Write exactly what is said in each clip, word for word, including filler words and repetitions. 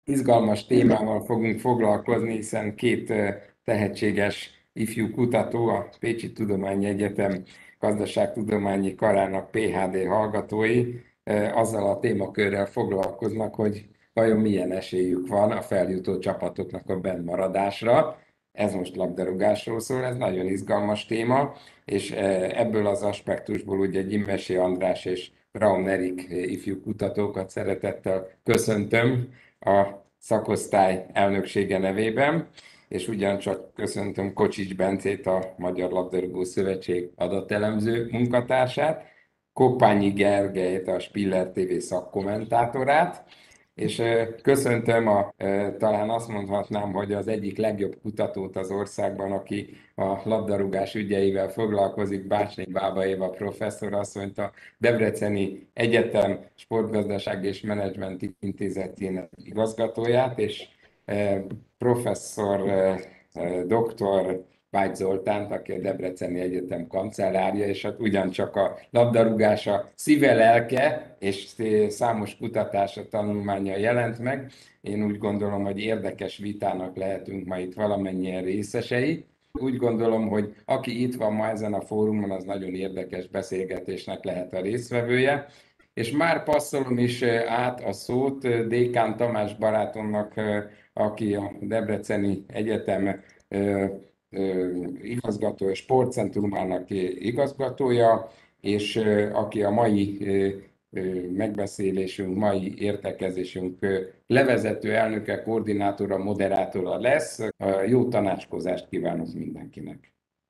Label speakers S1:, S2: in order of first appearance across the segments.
S1: Izgalmas témával fogunk foglalkozni, hiszen két eh, tehetséges ifjú kutató, a Pécsi Tudományegyetem Gazdaságtudományi Karának pé há dé hallgatói eh, azzal a témakörrel foglalkoznak, hogy vajon milyen esélyük van a feljutó csapatoknak a bennmaradásra. Ez most labdarúgásról szól, ez nagyon izgalmas téma, és eh, ebből az aspektusból ugye Gyimesi András és Braun Erik eh, ifjú kutatókat szeretettel köszöntöm a szakosztály elnöksége nevében, és ugyancsak köszöntöm Kocsics Bencét, a Magyar Labdarúgó Szövetség adatelemző munkatársát, Koppányi Gergelyt, a Spiller té vé szakkommentátorát, és eh, köszöntöm a, eh, talán azt mondhatnám, hogy az egyik legjobb kutatót az országban, aki a labdarúgás ügyeivel foglalkozik, Bácsné Bába Éva professzor asszonyt, a Debreceni Egyetem Sportgazdaság és Menedzsment Intézetének igazgatóját, és eh, professzor eh, eh, doktor Vágy Zoltánt, aki a Debreceni Egyetem kancellárja, és hát ugyancsak a labdarúgása szíve, lelke, és számos kutatása, tanulmánya jelent meg. Én úgy gondolom, hogy érdekes vitának lehetünk ma itt valamennyien részesei. Úgy gondolom, hogy aki itt van ma ezen a fórumon, az nagyon érdekes beszélgetésnek lehet a résztvevője. És már passzolom is eh, át a szót eh, Dékán Tamás barátomnak, eh, aki a Debreceni Egyetem eh, eh, igazgató és sportcentrumának igazgatója, és eh, aki a mai eh, eh, megbeszélésünk, mai értekezésünk eh, levezető elnöke, koordinátora, moderátora lesz. Eh, Jó tanácskozást kívánok mindenkinek!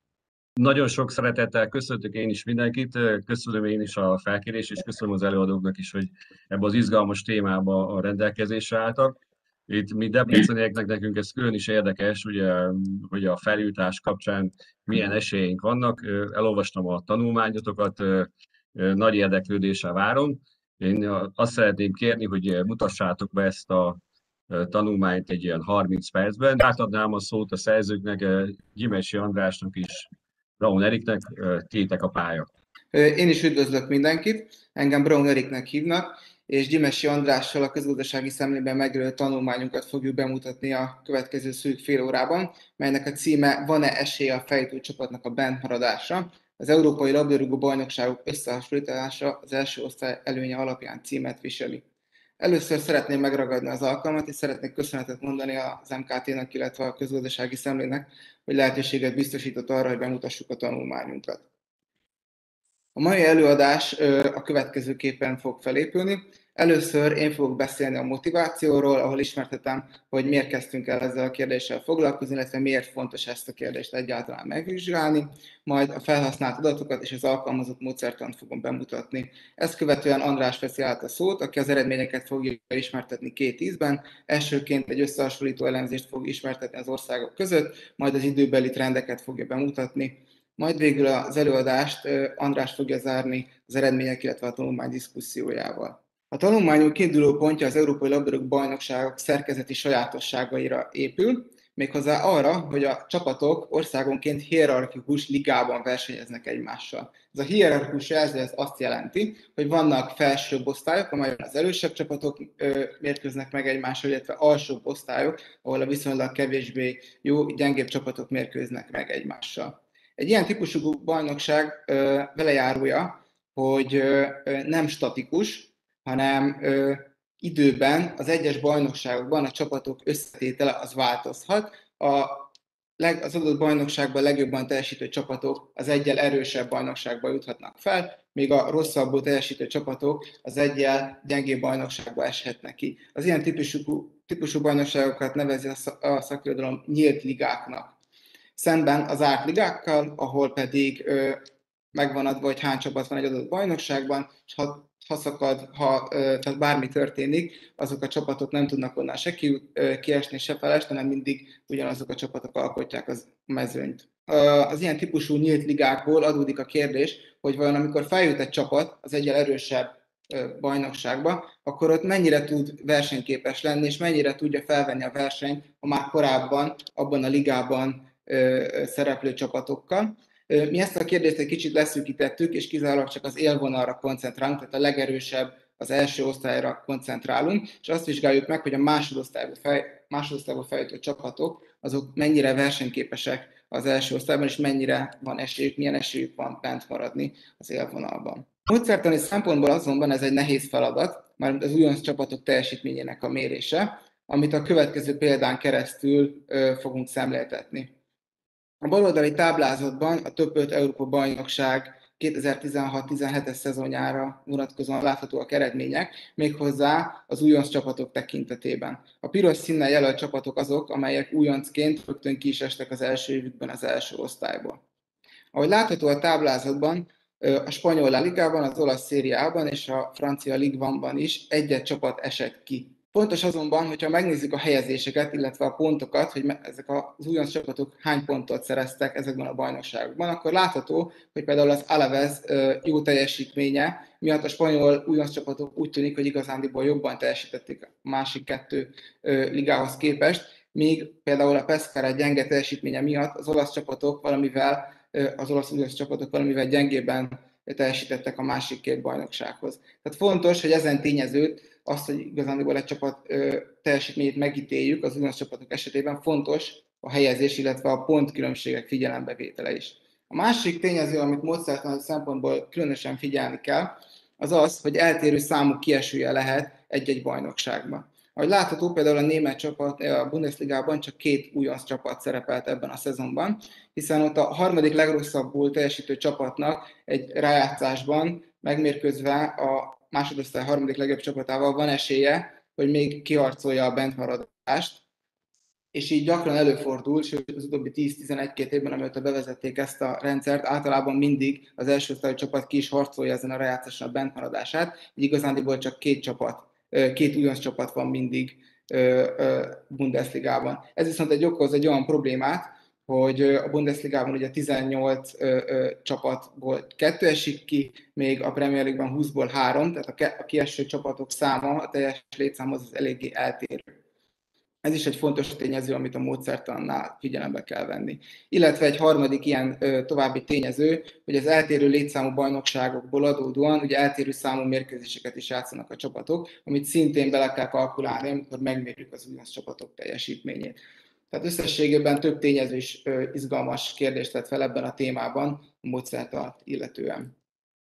S2: Nagyon sok szeretettel köszöntök én is mindenkit, köszönöm én is a felkérést, és köszönöm az előadóknak is, hogy ebbe az izgalmas témába a rendelkezésre álltak. Itt mi debrecenieknek nekünk ez külön is érdekes, ugye, hogy a feljutás kapcsán milyen esélyeink vannak. Elolvastam a tanulmányotokat, nagy érdeklődéssel várom. Én azt szeretném kérni, hogy mutassátok be ezt a tanulmányt egy ilyen harminc percben. Átadnám a szót a szerzőknek, Gyimesi Andrásnak is, Braun Eriknek, tiétek a pálya.
S3: Én is üdvözlök mindenkit, engem Braun Eriknek hívnak, és Gyimesi Andrással a közgazdasági szemlében megjelölt tanulmányunkat fogjuk bemutatni a következő szűk fél órában, melynek a címe Van-e esély a fejlődő csapatnak a bentmaradásra? Az Európai Labdarúgó Bajnokságok összehasonlítása az első osztály előnye alapján címet viseli. Először szeretném megragadni az alkalmat, és szeretnék köszönetet mondani az em ká té-nek, illetve a közgazdasági szemlének, hogy lehetőséget biztosított arra, hogy bemutassuk a tanulmányunkat. A mai előadás a következőképpen fog felépülni. Először én fogok beszélni a motivációról, ahol ismertetem, hogy miért kezdtünk el ezzel a kérdéssel foglalkozni, illetve miért fontos ezt a kérdést egyáltalán megvizsgálni. Majd a felhasznált adatokat és az alkalmazott módszertant fogom bemutatni. Ezt követően András veszi át a szót, aki az eredményeket fogja ismertetni két ízben. Elsőként egy összehasonlító elemzést fog ismertetni az országok között, majd az időbeli trendeket fogja bemutatni. Majd végül az előadást András fogja zárni az eredmények, illetve a tanulmány diszkusziójával. A tanulmányunk kiinduló pontja az Európai Labdarúgó Bajnokságok szerkezeti sajátosságaira épül, méghozzá arra, hogy a csapatok országonként hierarchikus ligában versenyeznek egymással. Ez a hierarchikus jelző ez azt jelenti, hogy vannak felsőbb osztályok, amelyen az erősebb csapatok ö, mérkőznek meg egymással, illetve alsóbb osztályok, ahol a viszonylag kevésbé jó, gyengébb csapatok mérkőznek meg egymással. Egy ilyen típusú bajnokság ö, vele járulja, hogy ö, nem statikus, hanem ö, időben az egyes bajnokságokban a csapatok összetétele az változhat. A leg, az adott bajnokságban legjobban teljesítő csapatok az egyel erősebb bajnokságba juthatnak fel, míg a rosszabbul teljesítő csapatok az egyel gyengébb bajnokságba eshetnek ki. Az ilyen típusú, típusú bajnokságokat nevezi a szakirodalom nyílt ligáknak. Szemben az zárt ligákkal, ahol pedig ö, megvan adva, hogy hány csapat van egy adott bajnokságban, és ha, ha szakad, ha ö, tehát bármi történik, azok a csapatok nem tudnak onnan se ki, ö, kiesni, se felesni, hanem mindig ugyanazok a csapatok alkotják az mezőnyt. Az ilyen típusú nyílt ligákból adódik a kérdés, hogy vajon amikor feljut egy csapat az egyel erősebb bajnokságba, akkor ott mennyire tud versenyképes lenni, és mennyire tudja felvenni a versenyt a már korábban abban a ligában szereplő csapatokkal. Mi ezt a kérdést egy kicsit leszűkítettük, és kizárólag csak az élvonalra koncentrálunk, tehát a legerősebb, az első osztályra koncentrálunk, és azt vizsgáljuk meg, hogy a másodosztályba, fej, másodosztályba feljutott csapatok, azok mennyire versenyképesek az első osztályban, és mennyire van esélyük, milyen esélyük van bent maradni az élvonalban. Módszertani szempontból azonban ez egy nehéz feladat, mármint az újonc csapatok teljesítményének a mérése, amit a következő példán keresztül ö, fogunk szemléltetni. A baloldali táblázatban a top öt Európa bajnokság kétezer-tizenhat tizenhetes szezonjára vonatkozóan láthatóak eredmények, méghozzá az újonc csapatok tekintetében. A piros színnel jelölt csapatok azok, amelyek újoncként rögtön ki is estek az első évükben az első osztályból. Ahogy látható a táblázatban, a spanyol La Ligában, az olasz Szériában és a francia Ligue egy-ban is egy-egy csapat esett ki. Fontos azonban, hogyha megnézzük a helyezéseket, illetve a pontokat, hogy ezek az újonc csapatok hány pontot szereztek ezekben a bajnokságokban, akkor látható, hogy például az Alavés jó teljesítménye miatt a spanyol újonc csapatok úgy tűnik, hogy igazándiból jobban teljesítették a másik kettő ligához képest, míg például a Pescara gyenge teljesítménye miatt az olasz csapatok valamivel, az olasz újonc csapatok valamivel gyengében teljesítettek a másik két bajnoksághoz. Tehát fontos, hogy ezen tényezőt, azt, hogy igazándiból egy csapat ö, teljesítményét megítéljük az újonc csapatok esetében, fontos a helyezés, illetve a pontkülönbségek figyelembevétele is. A másik tényező, amit módszertani szempontból különösen figyelni kell, az az, hogy eltérő számú kiesője lehet egy-egy bajnokságban. Ahogy látható, például a német csapat a Bundesligában csak két újonc csapat szerepelt ebben a szezonban, hiszen ott a harmadik legrosszabbul teljesítő csapatnak egy rájátszásban megmérkőzve a másodosztály harmadik legjobb csapatával van esélye, hogy még kiharcolja a bentmaradást, és így gyakran előfordul, sőt az utóbbi tíz-tizenegy-két évben, amióta bevezették ezt a rendszert, általában mindig az első osztályú csapat ki is harcolja ezen a rájátszáson a bentmaradását, így igazándiból csak két csapat, két újonc csapat van mindig Bundesligában. Ez viszont egy okoz egy olyan problémát, hogy a Bundesligában ugye tizennyolc ö, ö, csapatból kettő esik ki, még a Premier League-ban húszból három, tehát a, ke- a kieső csapatok száma, a teljes létszám az, az eléggé eltérő. Ez is egy fontos tényező, amit a módszertannál figyelembe kell venni. Illetve egy harmadik ilyen ö, további tényező, hogy az eltérő létszámú bajnokságokból adódóan ugye eltérő számú mérkőzéseket is játszanak a csapatok, amit szintén bele kell kalkulálni, amikor megmérjük az újonc csapatok teljesítményét. Tehát összességében több tényező is ö, izgalmas kérdést tett fel ebben a témában a módszertant illetően.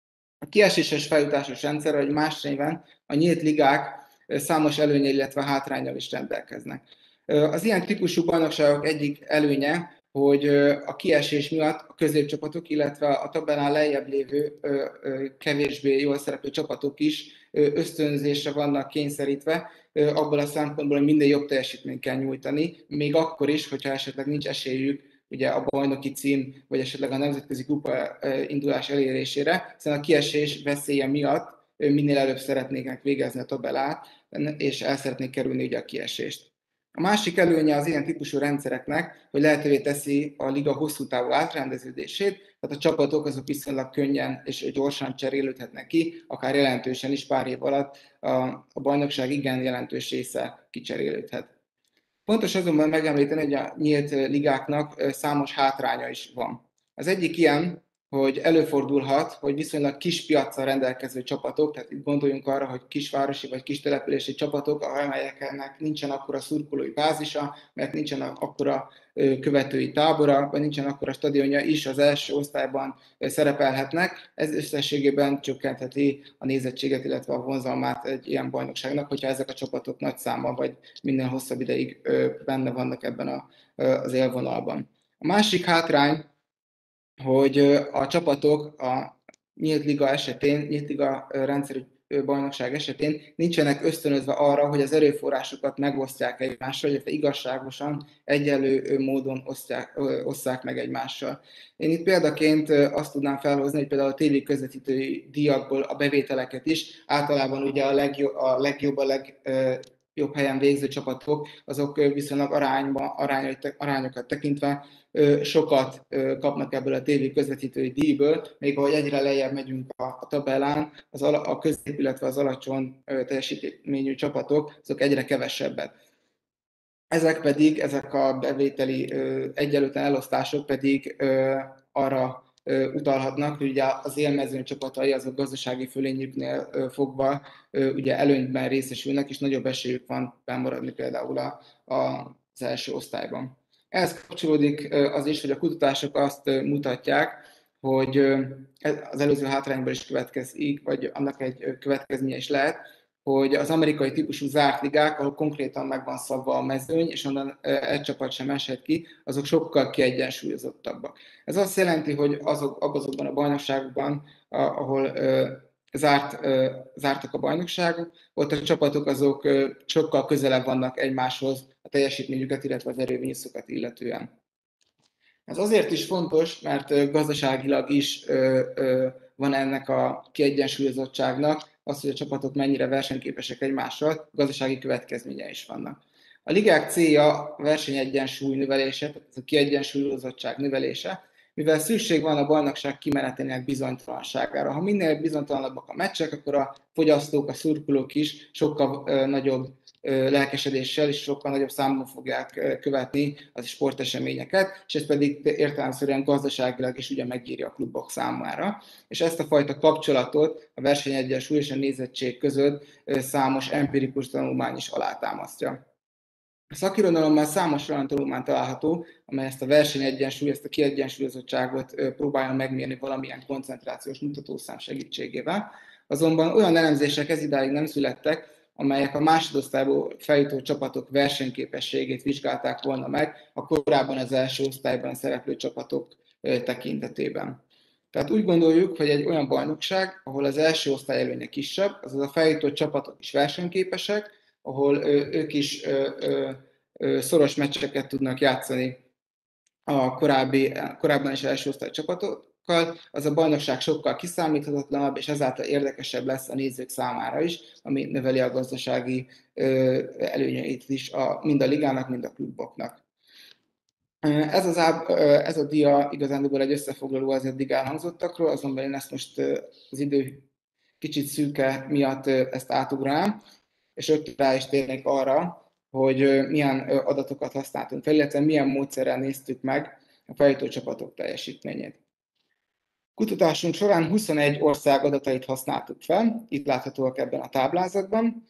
S3: A kieséses feljutásos rendszer, vagy más néven a nyílt ligák ö, számos előnye, illetve hátránnyal is rendelkeznek. Ö, az ilyen típusú bajnokságok egyik előnye, hogy ö, a kiesés miatt a középcsapatok, illetve a tabellán lejjebb lévő ö, ö, kevésbé jól szereplő csapatok is ö, ösztönzésre vannak kényszerítve, abból a szempontból, hogy minden jobb teljesítményt kell nyújtani, még akkor is, hogyha esetleg nincs esélyük ugye a bajnoki cím, vagy esetleg a nemzetközi kupa indulás elérésére, hiszen a kiesés veszélye miatt minél előbb szeretnék végezni a tabellát, és el szeretnék kerülni ugye a kiesést. A másik előnye az ilyen típusú rendszereknek, hogy lehetővé teszi a liga hosszú távú átrendeződését, tehát a csapatok azok viszonylag könnyen és gyorsan cserélődhetnek ki, akár jelentősen is pár év alatt a, a bajnokság igen jelentős része kicserélődhet. Fontos azonban megemlíteni, hogy a nyílt ligáknak számos hátránya is van. Az egyik ilyen, hogy előfordulhat, hogy viszonylag kis piaccal rendelkező csapatok, tehát itt gondoljunk arra, hogy kisvárosi vagy kistelepülési csapatok, amelyeknek nincsen akkora szurkolói bázisa, mert nincsen akkora követői tábora, vagy nincsen akkora stadionja is az első osztályban szerepelhetnek. Ez összességében csökkentheti a nézettséget, illetve a vonzalmát egy ilyen bajnokságnak, hogyha ezek a csapatok nagy száma, vagy minden hosszabb ideig benne vannak ebben a, az élvonalban. A másik hátrány, hogy a csapatok a nyílt liga esetén, nyílt liga rendszerű bajnokság esetén nincsenek ösztönözve arra, hogy az erőforrásokat megosztják egymással, illetve igazságosan, egyenlő módon osztják, osszák meg egymással. Én itt példaként azt tudnám felhozni, hogy például a tévé közvetítői díjakból a bevételeket is általában ugye a legjobb, a, legjobb, a legjobb helyen végző csapatok, azok viszonylag arányba, arányokat tekintve sokat kapnak ebből a tévé közvetítői díjből, még ahogy egyre lejjebb megyünk a, a tabellán, az ala, a közép, illetve az alacsony teljesítményű csapatok, azok egyre kevesebbet. Ezek pedig, ezek a bevételi egyenlőtlen elosztások pedig arra utalhatnak, hogy ugye az élmezőny csapatai azok gazdasági fölényüknél fogva ugye előnyben részesülnek, és nagyobb esélyük van bennmaradni például a, a, az első osztályban. Ehhez kapcsolódik az is, hogy a kutatások azt mutatják, hogy az előző hátrányból is következik, vagy annak egy következménye is lehet, hogy az amerikai típusú zárt ligák, ahol konkrétan meg van szabva a mezőny, és onnan egy csapat sem esett ki, azok sokkal kiegyensúlyozottabbak. Ez azt jelenti, hogy azok, azokban a bajnokságokban, ahol zárt, zártak a bajnokságok, ott a csapatok azok sokkal közelebb vannak egymáshoz a teljesítményüket, illetve az erővinyiszokat illetően. Ez azért is fontos, mert gazdaságilag is van ennek a kiegyensúlyozottságnak, az, hogy a csapatok mennyire versenyképesek egymással, gazdasági következménye is vannak. A ligák célja a versenyegyensúly növelése, tehát a kiegyensúlyozottság növelése, mivel szükség van a bajnokság kimenetének bizonytalanságára. Ha minél bizonytalanabbak a meccsek, akkor a fogyasztók, a szurkolók is sokkal ö, nagyobb ö, lelkesedéssel és sokkal nagyobb számban fogják ö, követni az sporteseményeket, és ez pedig értelemszerűen gazdaságilag is ugye megírja a klubok számára. És ezt a fajta kapcsolatot a versenyegyensúly és a nézettség között ö, számos empirikus tanulmány is alátámasztja. A szakirodalomban számos olyan tanulmány található, amely ezt a versenyegyensúly, ezt a kiegyensúlyozottságot próbálja megmérni valamilyen koncentrációs mutatószám segítségével. Azonban olyan elemzések ez idáig nem születtek, amelyek a másodosztályból feljutó csapatok versenyképességét vizsgálták volna meg a korábban az első osztályban szereplő csapatok tekintetében. Tehát úgy gondoljuk, hogy egy olyan bajnokság, ahol az első osztály előnye kisebb, azaz a feljutott csapatok is versenyképesek, ahol ők is szoros meccseket tudnak játszani a korábbi, korábban is első osztály csapatokkal, az a bajnokság sokkal kiszámíthatatlanabb, és ezáltal érdekesebb lesz a nézők számára is, ami növeli a gazdasági előnyeit is a, mind a ligának, mind a kluboknak. Ez, az áb, ez a dia igazándiból egy összefoglaló az eddig elhangzottakról, azonban én ezt most az idő kicsit szűke miatt ezt átugrám, és rögtön rá is térnék arra, hogy milyen adatokat használtunk fel, illetve milyen módszerrel néztük meg a feljutó csapatok teljesítményét. Kutatásunk során huszonegy ország adatait használtuk fel, itt láthatóak ebben a táblázatban.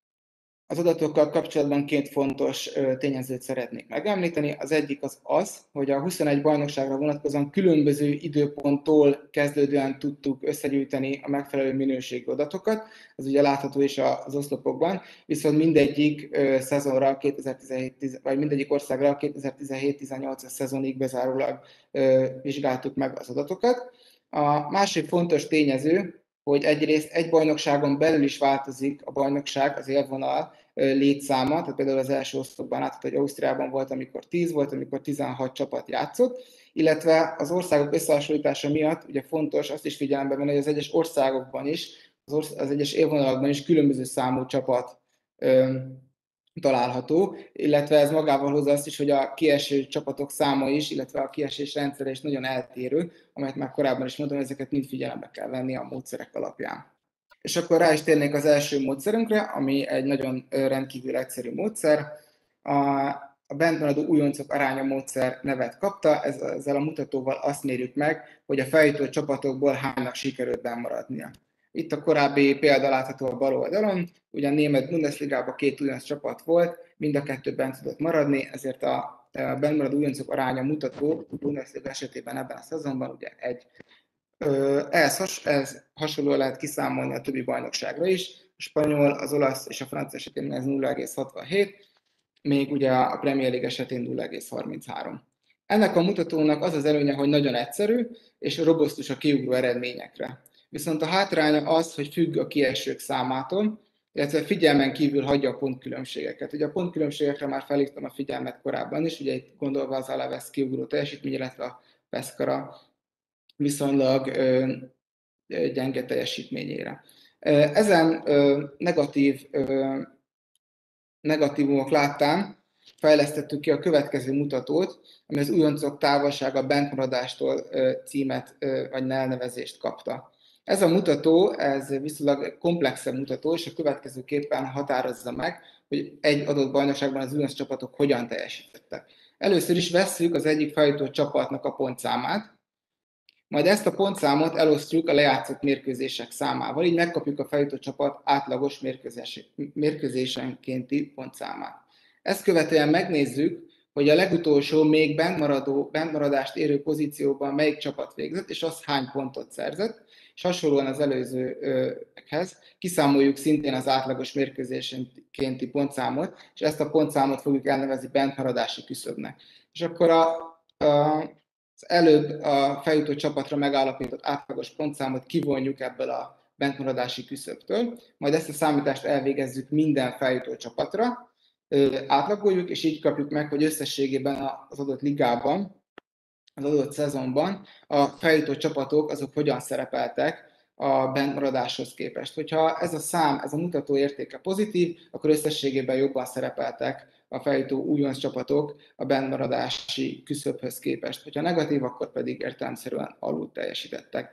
S3: Az adatokkal kapcsolatban két fontos tényezőt szeretnék megemlíteni. Az egyik az az, hogy a huszonegy bajnokságra vonatkozóan különböző időponttól kezdődően tudtuk összegyűjteni a megfelelő minőségű adatokat. Ez ugye látható is az oszlopokban, viszont mindegyik szezonra, kétezer-tizenhét, vagy mindegyik országra kétezer-tizenhét tizennyolcas szezonig bezárólag vizsgáltuk meg az adatokat. A másik fontos tényező, hogy egyrészt egy bajnokságon belül is változik a bajnokság, az élvonal létszáma, tehát például az első osztopban látható, hogy Ausztriában volt, amikor tíz volt, amikor tizenhat csapat játszott, illetve az országok összehasonlítása miatt ugye fontos azt is figyelembe venni, hogy az egyes országokban is, az, orsz- az egyes élvonalakban is különböző számú csapat ö, található, illetve ez magával hozza azt is, hogy a kieső csapatok száma is, illetve a kiesés rendszere is nagyon eltérő, amelyet már korábban is mondtam, ezeket mind figyelembe kell venni a módszerek alapján. És akkor rá is térnék az első módszerünkre, ami egy nagyon rendkívül egyszerű módszer. A, a bent maradó újoncok aránya módszer nevet kapta, ezzel a mutatóval azt mérjük meg, hogy a feljutó csapatokból hánynak sikerült bennmaradnia. Itt a korábbi példa látható a bal oldalon, ugyan német Bundesligában két újonc csapat volt, mind a kettő bent tudott maradni, ezért a bennmaradó újoncok aránya mutató a Bundesliga esetében ebben a szezonban ugye egy. Ez, has, ez hasonló lehet kiszámolni a többi bajnokságra is, a spanyol, az olasz és a francia esetén ez nulla egész hatvanhét, még ugye a Premier League esetén nulla egész harminchárom. Ennek a mutatónak az az előnye, hogy nagyon egyszerű és robusztus a kiugró eredményekre. Viszont a hátránya az, hogy függ a kiesők számától, illetve figyelmen kívül hagyja a pontkülönbségeket. Ugye a pontkülönbségekre már felhívtam a figyelmet korábban is, ugye itt gondolva az Alaves kiugró teljesítmény, illetve a Pescara viszonylag ö, gyenge teljesítményére. Ezen ö, negatív ö, negatívumok láttán fejlesztettük ki a következő mutatót, ami az újoncok távolsága bentmaradástól ö, címet ö, vagy elnevezést kapta. Ez a mutató, ez viszonylag komplexebb mutató, és a következőképpen határozza meg, hogy egy adott bajnokságban az újonc csapatok hogyan teljesítettek. Először is vesszük az egyik feljutó csapatnak a pontszámát, Majd ezt a pontszámot elosztjuk a lejátszott mérkőzések számával, így megkapjuk a feljutó csapat átlagos mérkőzés, mérkőzésenkénti pontszámát. Ezt követően megnézzük, hogy a legutolsó, még bentmaradó, bentmaradást érő pozícióban melyik csapat végzett, és az hány pontot szerzett, és hasonlóan az előzőkhez kiszámoljuk szintén az átlagos mérkőzésenkénti pontszámot, és ezt a pontszámot fogjuk elnevezni bentmaradási küszöbnek. És akkor a, a, az előbb a feljutó csapatra megállapított átlagos pontszámot kivonjuk ebből a bentmaradási küszöbtől, majd ezt a számítást elvégezzük minden feljutó csapatra, átlagoljuk, és így kapjuk meg, hogy összességében az adott ligában, az adott szezonban a feljutó csapatok azok hogyan szerepeltek a bentmaradáshoz képest. Hogyha ez a szám, ez a mutató értéke pozitív, akkor összességében jobban szerepeltek a feljutó újonc csapatok a bentmaradási küszöbhöz képest. Hogyha negatív, akkor pedig értelemszerűen alul teljesítettek.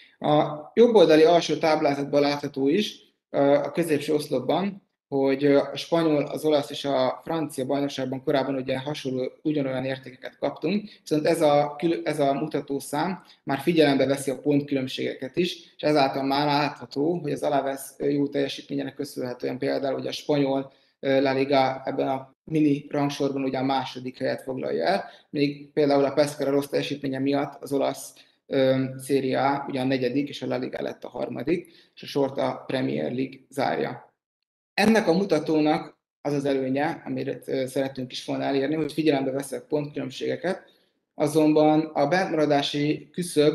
S3: A jobboldali alsó táblázatban látható is a középső oszlopban, hogy a spanyol, az olasz és a francia bajnokságban korábban ugye hasonló, ugyanolyan értékeket kaptunk, viszont ez a, ez a mutatószám már figyelembe veszi a pontkülönbségeket is, és ezáltal már látható, hogy az Alavés jó teljesítményének köszönhetően például, hogy a spanyol La Liga ebben a mini rangsorban ugye a második helyet foglalja el, még például a Pescara rossz teljesítménye miatt az olasz Serie A ugye a negyedik, és a La Liga lett a harmadik, és a sort a Premier League zárja. Ennek a mutatónak az az előnye, amire szeretünk is volna elérni, hogy figyelembe veszek pontkülönbségeket, azonban a bentmaradási küszöb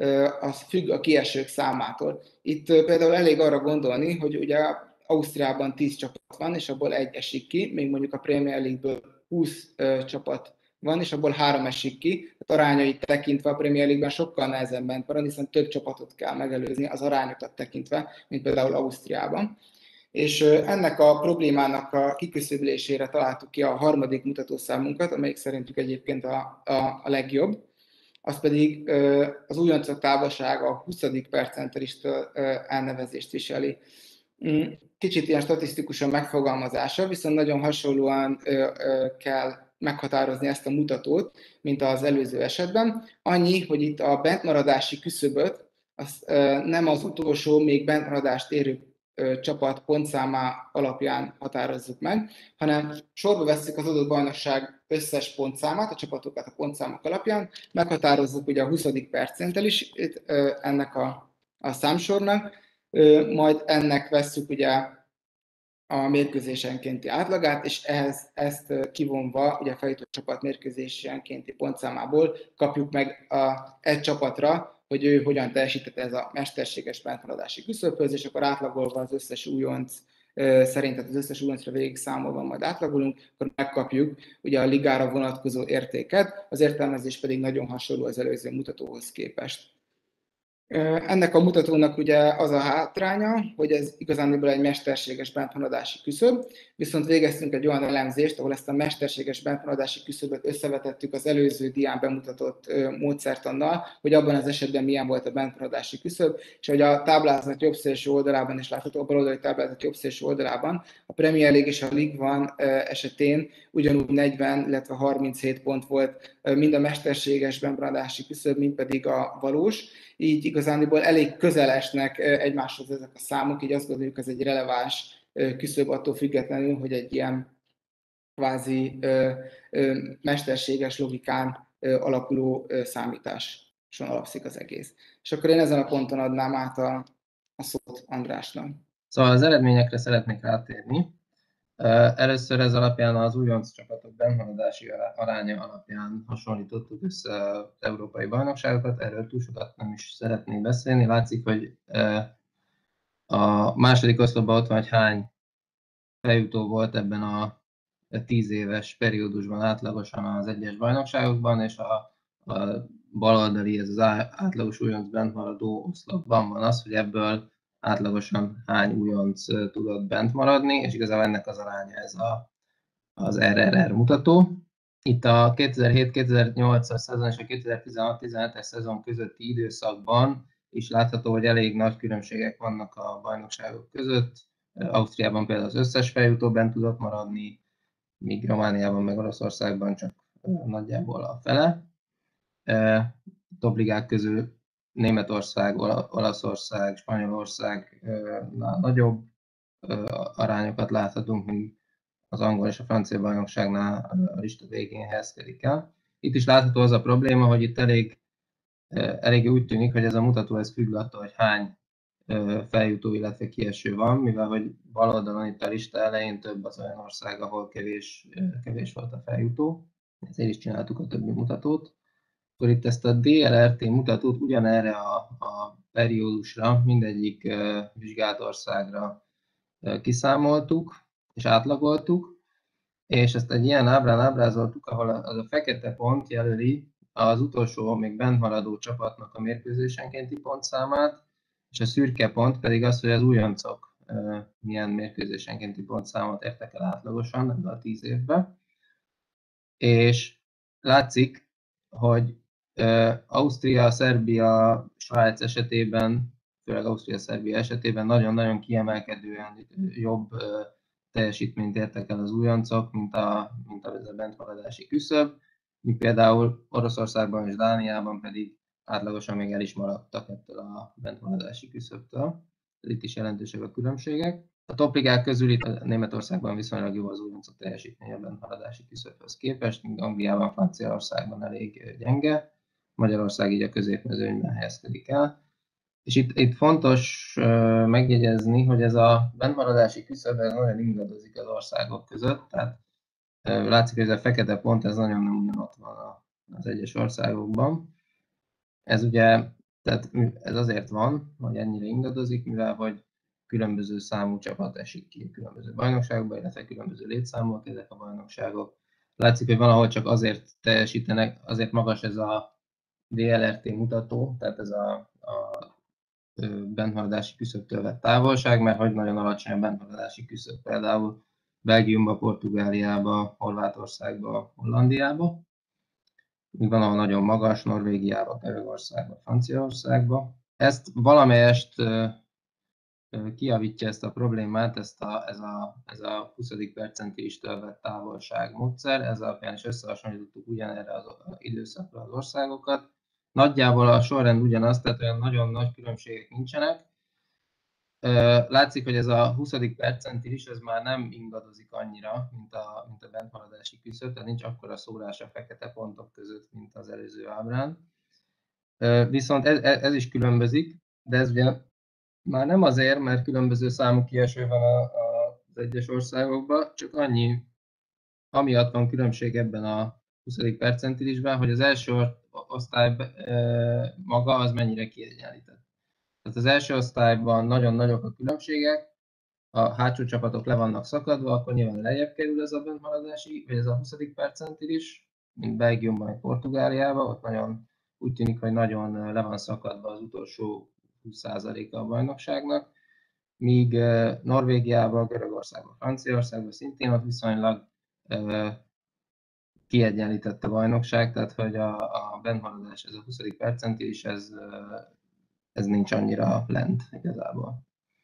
S3: az függ a kiesők számától. Itt például elég arra gondolni, hogy ugye Ausztriában tíz csapat van, és abból egy esik ki, még mondjuk a Premier League-ből húsz csapat van, és abból három esik ki. Tehát arányait tekintve a Premier League-ben sokkal nehezebben maradni, hiszen több csapatot kell megelőzni az arányokat tekintve, mint például Ausztriában. És ennek a problémának a kiküszöbölésére találtuk ki a harmadik mutatószámunkat, amelyik szerintük egyébként a, a, a legjobb. Az pedig az újoncok távolsága a huszadik percentelistől elnevezést viseli. Kicsit ilyen statisztikusan megfogalmazása, viszont nagyon hasonlóan kell meghatározni ezt a mutatót, mint az előző esetben. Annyi, hogy itt a bentmaradási küszöböt az nem az utolsó, még bentmaradást érő csapat pontszámá alapján határozzuk meg, hanem sorba vesszük az adott bajnokság összes pontszámát, a csapatokat a pontszámok alapján, meghatározzuk ugye a huszadik percentel is ennek a, a számsornak, majd ennek vesszük ugye a mérkőzésenkénti átlagát, és ehhez ezt kivonva, ugye a feljutó csapat mérkőzésenkénti pontszámából kapjuk meg a, egy csapatra, hogy ő hogyan teljesített ez a mesterséges bentmaradási küszöbhöz, és akkor átlagolva az összes újonc szerint, tehát az összes újoncra végig számolva majd átlagolunk, akkor megkapjuk ugye a ligára vonatkozó értéket, az értelmezés pedig nagyon hasonló az előző mutatóhoz képest. Ennek a mutatónak ugye az a hátránya, hogy ez igazándiból egy mesterséges bentmaradási küszöb, viszont végeztünk egy olyan elemzést, ahol ezt a mesterséges bentmaradási küszöböt összevetettük az előző dián bemutatott módszertannal, hogy abban az esetben milyen volt a bentmaradási küszöb, és hogy a táblázat jobb szélső oldalában is látható, a baloldali táblázat jobb szélső oldalában a Premier League és a Ligue egy esetén ugyanúgy negyven, illetve harminchét pont volt mind a mesterséges bentmaradási küszöb, mind pedig a valós. Így igazándiból elég közel esnek egymáshoz ezek a számok, így azt gondoljuk, ez egy releváns küszöb attól függetlenül, hogy egy ilyen kvázi mesterséges logikán alapuló számításon alapszik az egész. És akkor én ezen a ponton adnám át a, a szót Andrásnak.
S4: Szóval az eredményekre szeretnék rátérni. Először ez alapján az újonc csapatok bentmaradási aránya alapján hasonlítottuk össze az európai bajnokságokat, erről túl sokat nem is szeretnék beszélni. Látszik, hogy a második oszlopban ott van, hogy hány feljutó volt ebben a tíz éves periódusban átlagosan az egyes bajnokságokban, és a, a baloldali, ez az átlagos újonc bentmaradó oszlopban van az, hogy ebből átlagosan hány újonc tudott bent maradni, és igazából ennek az aránya ez a, az er er er mutató. Itt a kétezer-hét kétezer-nyolcas szezon és a kétezer-tizenhat tizenhetes szezon közötti időszakban is látható, hogy elég nagy különbségek vannak a bajnokságok között. Ausztriában például az összes feljutó bent tudott maradni, míg Romániában meg Oroszországban csak nagyjából a fele. Topligák közül Németország, Olaszország, Spanyolországnál nagyobb arányokat láthatunk, mint az angol és a francia bajnokságnál a lista végén helyezkedik el. Itt is látható az a probléma, hogy itt elég, elég úgy tűnik, hogy ez a mutató ez függ attól, hogy hány feljutó, illetve kieső van, mivel hogy bal oldalon itt a lista elején több az olyan ország, ahol kevés, kevés volt a feljutó. Ezért is csináltuk a többi mutatót. Akkor itt ezt a dé el er té mutatót ugyanerre a, a periódusra, mindegyik uh, vizsgált országra uh, kiszámoltuk és átlagoltuk, és ezt egy ilyen ábrán ábrázoltuk, ahol az a fekete pont jelöli az utolsó, még bent maradó csapatnak a mérkőzésenkénti pontszámát, és a szürke pont pedig az, hogy az újoncok uh, milyen mérkőzésenkénti pontszámot értek el átlagosan ebben a tíz évben. És látszik, hogy uh, Ausztria, Szerbia, Svájc esetében, főleg Ausztria-Szerbia esetében nagyon-nagyon kiemelkedően jobb uh, teljesítményt értek el az újoncok, mint a, mint a bentmaradási küszöb, míg például Oroszországban és Dániában pedig átlagosan még el is maradtak ettől a bentmaradási küszöbtől. Itt is jelentősek a különbségek. A topligák közül itt Németországban viszonylag jó az újoncok teljesítménye a benthaladási küszöbhöz képest, míg Angliában, Franciaországban elég gyenge, Magyarország így a középmezőnyben helyezkedik el. És itt, itt fontos uh, megjegyezni, hogy ez a bentmaradási küszöb ez nagyon ingadozik az országok között, tehát uh, látszik, hogy ez a fekete pont ez nagyon nem ugyanott van az egyes országokban. Ez ugye, tehát ez azért van, hogy ennyire ingadozik, mivel hogy különböző számú csapat esik ki különböző bajnokságokba, illetve különböző létszámok ezek a bajnokságok. Látszik, hogy valahol csak azért teljesítenek, azért magas ez a dé el er té mutató, tehát ez a, a benthaladási küszöbtől vett távolság, mert hogy nagyon alacsony a benthaladási küszöb, például Belgiumba, Portugáliába, Horvátországba, Hollandiába. Míg van, ahol nagyon magas, Norvégiába, Görögországba, Franciaországba. Ezt valamelyest kijavítja ezt a problémát, ezt a, ez, a, ez a huszadik percentilistől vett távolság módszer, ez alapján is összehasonlítottuk ugyanerre az időszakra az országokat. Nagyjából a sorrend ugyanaz, tehát olyan nagyon nagy különbségek nincsenek. Látszik, hogy ez a huszadik percentilis ez már nem ingadozik annyira, mint a, mint a benthaladási küszöb, tehát nincs akkora szórás a fekete pontok között, mint az előző ábrán. Viszont ez, ez is különbözik, de ez ugye már nem azért, mert különböző számú kieső van a, a, az egyes országokban, csak annyi, amiatt van különbség ebben a huszadik percentilisben, hogy az első osztály maga az mennyire kiegyenlített. Tehát az első osztályban nagyon nagyok a különbségek, a hátsó csapatok le vannak szakadva, akkor nyilván lejjebb kerül ez a benthaladási, vagy ez a huszadik percentilis, mint Belgiumban, vagy Portugáliában, ott nagyon úgy tűnik, hogy nagyon le van szakadva az utolsó húsz százaléka a bajnokságnak, míg Norvégiában, Görögországban, Franciaországban szintén ott viszonylag kiegyenlített a bajnokság, tehát hogy a, a benthaladás, ez a huszadik percentilis, ez, ez nincs annyira lent igazából.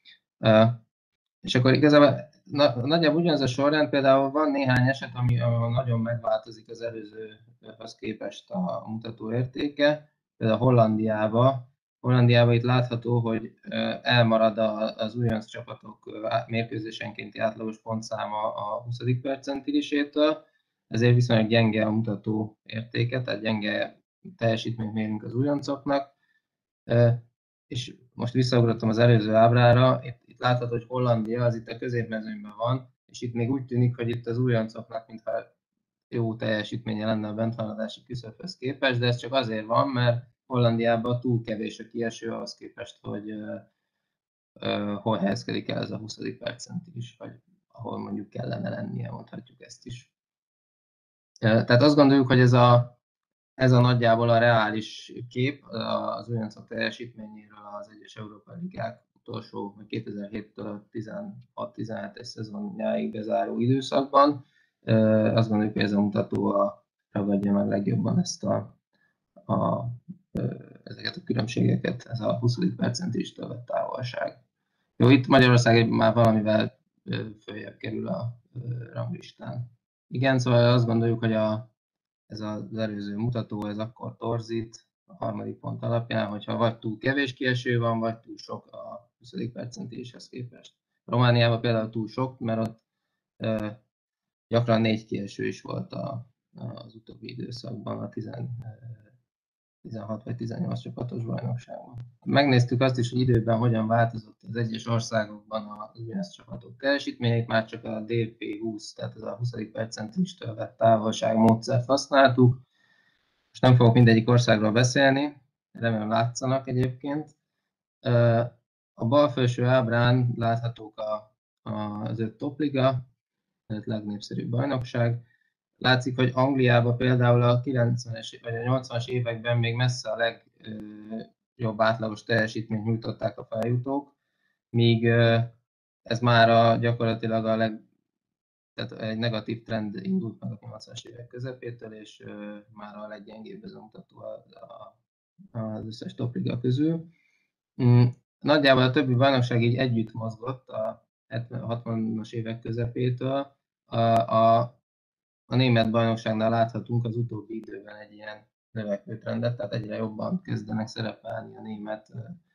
S4: És akkor igazából na, nagyjából ugyanaz a sorrend, például van néhány eset, ami nagyon megváltozik az előzőhöz képest a mutató értéke. Például Hollandiában, Hollandiában itt látható, hogy elmarad az újonc csapatok mérkőzésenkénti átlagos pontszáma a huszadik percentilisétől, ezért viszonylag gyenge a mutató értéke, tehát gyenge teljesítményt mérünk az újoncoknak. És most visszaugrottam az előző ábrára, itt, itt látható, hogy Hollandia az itt a középmezőnyben van, és itt még úgy tűnik, hogy itt az újoncoknak mintha jó teljesítménye lenne a benthaladási küszöbhöz képest, de ez csak azért van, mert Hollandiában túl kevés a kieső ahhoz képest, hogy uh, uh, hol helyezkedik el ez a huszadik percentilis, vagy ahol mondjuk kellene lennie, mondhatjuk ezt is. Uh, tehát azt gondoljuk, hogy ez a Ez a nagyjából a reális kép az újoncok teljesítményéről az egyes európai ligák utolsó kétezer-héttől tizenhat-tizenhetes szezonjáig bezáró időszakban. Azt gondoljuk, hogy ez a mutató a, ragadja meg legjobban ezt a, a, ezeket a különbségeket, ez a huszadik percentilistől vett távolság. Jó, itt Magyarország már valamivel följebb kerül a ranglistán. Igen, szóval azt gondoljuk, hogy a ez az előző mutató, ez akkor torzít, a harmadik pont alapján, hogyha vagy túl kevés kieső van, vagy túl sok a huszadik percentéshez képest. Romániában például túl sok, mert ott e, gyakran négy kieső is volt a, az utóbbi időszakban, a tizenhat vagy tizennyolc csapatos bajnokságban. Megnéztük azt is, hogy időben hogyan változott az egyes országokban az ugyanaz csapatok teljesítményét, már csak a dé pé húsz, tehát ez a huszadik percentilistől vett távolság módszert használtuk. Most nem fogok mindegyik országról beszélni, remélem látszanak egyébként. A bal felső ábrán láthatók a, az öt topliga, öt legnépszerűbb bajnokság. Látszik, hogy Angliában például a kilencvenes vagy a nyolcvanas években még messze a legjobb átlagos teljesítményt nyújtották a feljutók, míg ez már a, gyakorlatilag a leg, tehát egy negatív trend indult meg a nyolcvanas évek közepétől, és már a leggyengébb ez a mutató az összes topliga közül. Nagyjából a többi bajnokság így együtt mozgott a hatvanas évek közepétől. A, a, a német bajnokságnál láthatunk az utóbbi időben egy ilyen növekvő trendet, tehát egyre jobban kezdenek szerepelni a német,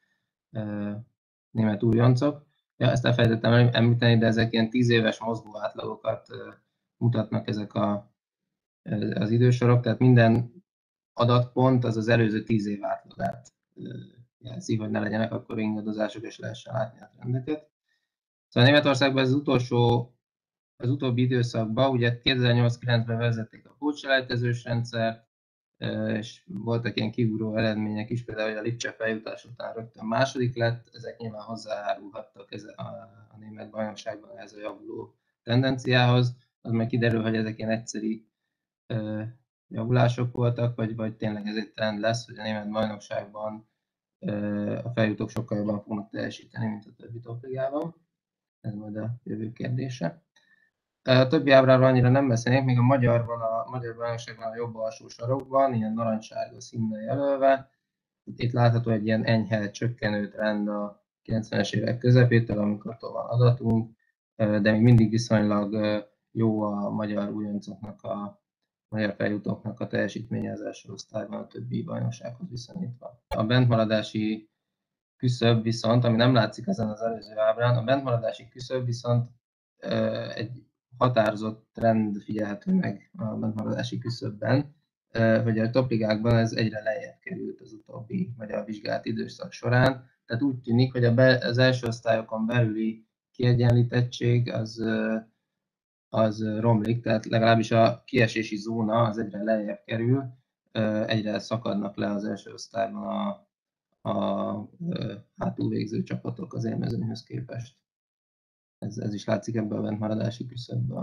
S4: német újoncok. Ja, ezt elfelejtettem említeni, de ezek ilyen tíz éves mozgó átlagokat mutatnak ezek a, az idősorok, tehát minden adatpont az az előző tíz év átlagát jelzi, hogy ne legyenek akkor ingadozások, és lehessen látni a trendeket. Szóval Németországban ez az utolsó, az utóbbi időszakban, ugye kétezer-nyolc-kilencben vezették a pótselejtezős rendszert, és voltak ilyen kiugró eredmények is, például hogy a Lipcse feljutás után rögtön második lett, ezek nyilván hozzájárulhattak a, a német bajnokságban ez a javuló tendenciához, az meg kiderül, hogy ezek ilyen egyszeri uh, javulások voltak, vagy, vagy tényleg ez egy trend lesz, hogy a német bajnokságban uh, a feljutók sokkal jobban fognak teljesíteni, mint a többi topligában. Ez majd a jövő kérdése. A többi ábráról annyira nem beszélnék, még a magyarban, a magyar bajnokságban a jobb alsó sarokban, ilyen narancssárga színnel jelölve. Itt látható egy ilyen enyhe csökkenő trend a kilencvenes évek közepétől, amikor van adatunk, de még mindig viszonylag jó a magyar újoncoknak, a magyar feljutóknak a teljesítménye az első osztályban a többi bajnoksághoz viszonyítva. A bentmaradási küszöb viszont, ami nem látszik ezen az előző ábrán, a bentmaradási küszöb viszont egy határozott trend figyelhető meg a bentmaradási küszöbben, hogy a topligákban ez egyre lejjebb került az utóbbi magyar vizsgált időszak során. Tehát úgy tűnik, hogy az első osztályokon belüli kiegyenlítettség az, az romlik, tehát legalábbis a kiesési zóna az egyre lejjebb kerül, egyre szakadnak le az első osztályban a, a hátul végző csapatok az élmezőnyhöz képest. Ez, ez is látszik ebből a bentmaradási küszöbből.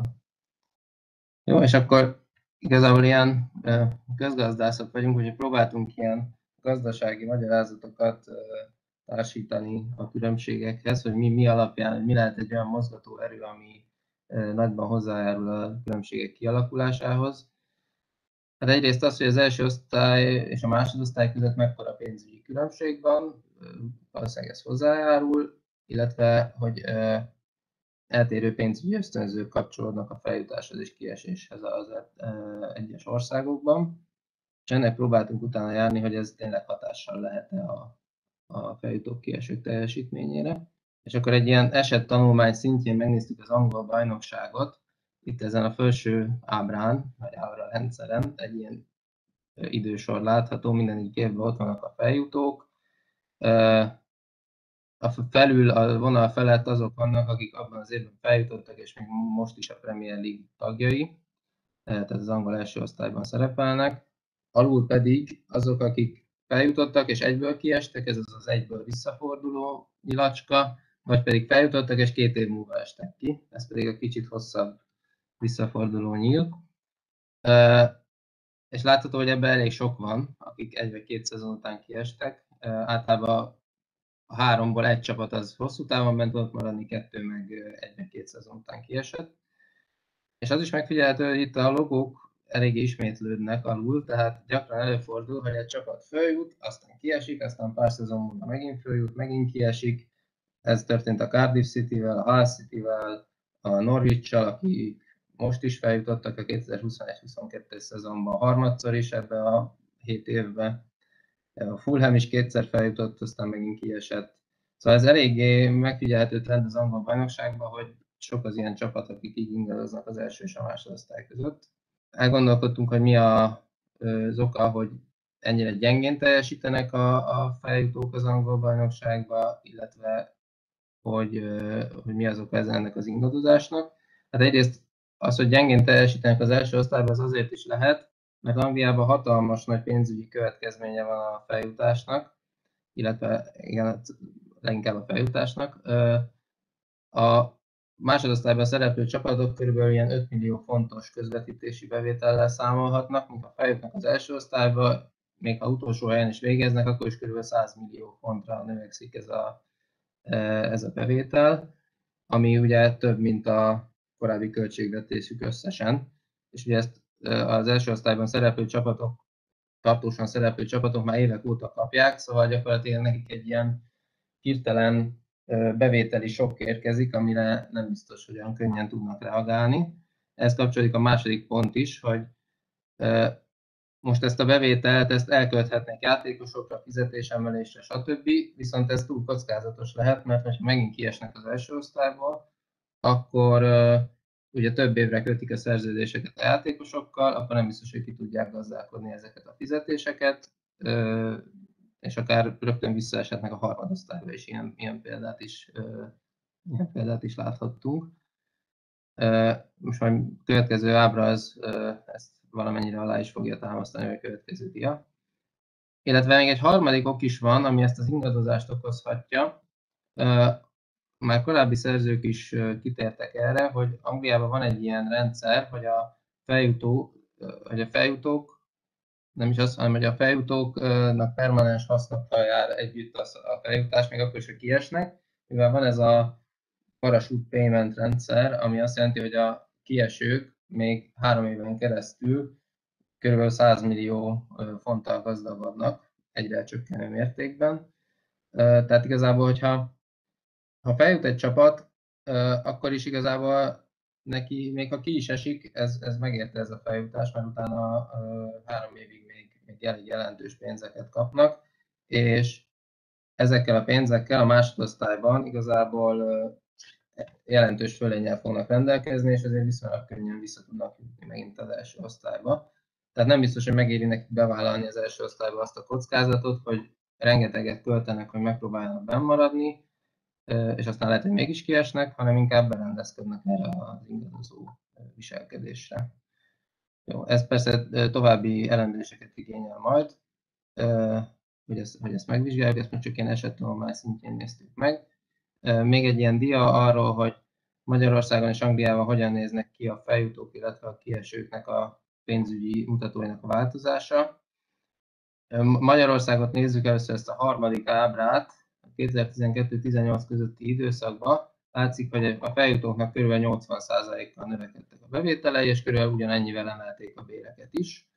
S4: Jó, és akkor igazából ilyen közgazdászok vagyunk, hogy próbáltunk ilyen gazdasági magyarázatokat társítani a különbségekhez, hogy mi, mi alapján, mi lehet egy olyan mozgató erő, ami nagyban hozzájárul a különbségek kialakulásához. Hát egyrészt az, hogy az első osztály és a másodosztály között mekkora pénzügyi különbség van, valószínűleg ez hozzájárul, illetve hogy eltérő pénzügyi ösztönzők kapcsolódnak a feljutáshoz és kieséshez az egyes országokban. És ennek próbáltunk utána járni, hogy ez tényleg hatással lehet-e a, a feljutók kiesők teljesítményére. És akkor egy ilyen esettanulmány szintjén megnéztük az angol bajnokságot. Itt ezen a felső ábrán, vagy ábra rendszeren egy ilyen idősor látható, minden évben ott vannak a feljutók. A felül, a vonal felett azok vannak, akik abban az évben feljutottak, és még most is a Premier League tagjai, tehát az angol első osztályban szerepelnek. Alul pedig azok, akik feljutottak és egyből kiestek, ez az az egyből visszaforduló nyilacska, vagy pedig feljutottak és két év múlva estek ki, ez pedig a kicsit hosszabb visszaforduló nyíl. És látható, hogy ebben elég sok van, akik egy vagy két szezon után kiestek. Általában a háromból egy csapat az hosszú távon bent volt maradni, kettő meg egy vagy két szezon után kiesett. És az is megfigyelhető, hogy itt a logók eléggé ismétlődnek alul, tehát gyakran előfordul, hogy egy csapat följut, aztán kiesik, aztán pár szezon múlva megint följut, megint kiesik. Ez történt a Cardiff Cityvel, a Hull Cityvel, a Norwich-sal, aki most is feljutottak a kétezer-huszonegy-huszonkettő szezonban harmadszor is ebbe a hét évben. A Fulham is kétszer feljutott, aztán megint kiesett. Szóval ez eléggé megfigyelhető trend az angol bajnokságban, hogy sok az ilyen csapat, akik így ingadoznak az első és a másodosztály között. Elgondolkodtunk, hogy mi a, az oka, hogy ennyire gyengén teljesítenek a, a feljutók az angol bajnokságba, illetve hogy, hogy mi az oka ennek az ingadozásnak. Hát egyrészt az, hogy gyengén teljesítenek az első osztályban, az azért is lehet, mert Angliában hatalmas nagy pénzügyi következménye van a feljutásnak, illetve igen, leginkább a feljutásnak. A másodosztályban szereplő csapatok körülbelül ilyen öt millió fontos közvetítési bevétellel számolhatnak, míg ha feljutnak az első osztályba, még ha utolsó helyen is végeznek, akkor is kb. száz millió fontra növekszik ez a, ez a bevétel, ami ugye több, mint a korábbi költségvetésük összesen. És ugye ezt az első osztályban szereplő csapatok, tartósan szereplő csapatok már évek óta kapják, szóval gyakorlatilag nekik egy ilyen hirtelen bevételi sok érkezik, amire nem biztos, hogy olyan könnyen tudnak reagálni. Ehhez kapcsolódik a második pont is, hogy most ezt a bevételt ezt elkölthetnek játékosokra, fizetésemelésre, stb. Viszont ez túl kockázatos lehet, mert ha megint kiesnek az első osztályból, akkor ugye több évre kötik a szerződéseket a játékosokkal, akkor nem biztos, hogy ki tudják gazdálkodni ezeket a fizetéseket, és akár rögtön visszaeshetnek a harmadosztályba, és ilyen, ilyen, példát is, ilyen példát is láthattunk. Most majd a következő ábra az, ezt valamennyire alá is fogja támasztani a következő dia. Illetve még egy harmadik ok is van, ami ezt az ingadozást okozhatja. Már korábbi szerzők is kitértek erre, hogy Angliában van egy ilyen rendszer, hogy a feljutó, hogy a feljutók, nem is az, hanem hogy a feljutóknak permanens hasznokkal jár együtt a feljutás, még akkor is, hogy kiesnek, mivel van ez a parachute payment rendszer, ami azt jelenti, hogy a kiesők még három éven keresztül kb. száz millió fonttal gazdagodnak egyre csökkenő mértékben. Tehát igazából, hogyha ha feljut egy csapat, akkor is igazából neki, még ha ki is esik, ez, ez megérte ez a feljutás, mert utána három évig még, még elég jelentős pénzeket kapnak, és ezekkel a pénzekkel a másodosztályban igazából jelentős fölénnyel fognak rendelkezni, és ezért viszonylag könnyen vissza tudnak jutni megint az első osztályba. Tehát nem biztos, hogy megéri nekik bevállalni az első osztályba azt a kockázatot, hogy rengeteget költenek, hogy megpróbáljanak bennmaradni, és aztán lehet, hogy mégis kiesnek, hanem inkább berendezkednek erre az ingadozó viselkedésre. Jó, ez persze további elemzéseket igényel majd, hogy ezt, hogy ezt megvizsgáljuk, ezt most csak ilyen esettanulmány szintjén néztük meg. Még egy ilyen dia arról, hogy Magyarországon és Angliában hogyan néznek ki a feljutók, illetve a kiesőknek a pénzügyi mutatóinak a változása. Magyarországot nézzük először ezt a harmadik ábrát, a kétezer-tizenkettő tizennyolc közötti időszakban. Látszik, hogy a feljutóknak kb. nyolcvan százalékkal növekedtek a bevételei, és kb. Ugyanennyivel emelték a béreket is.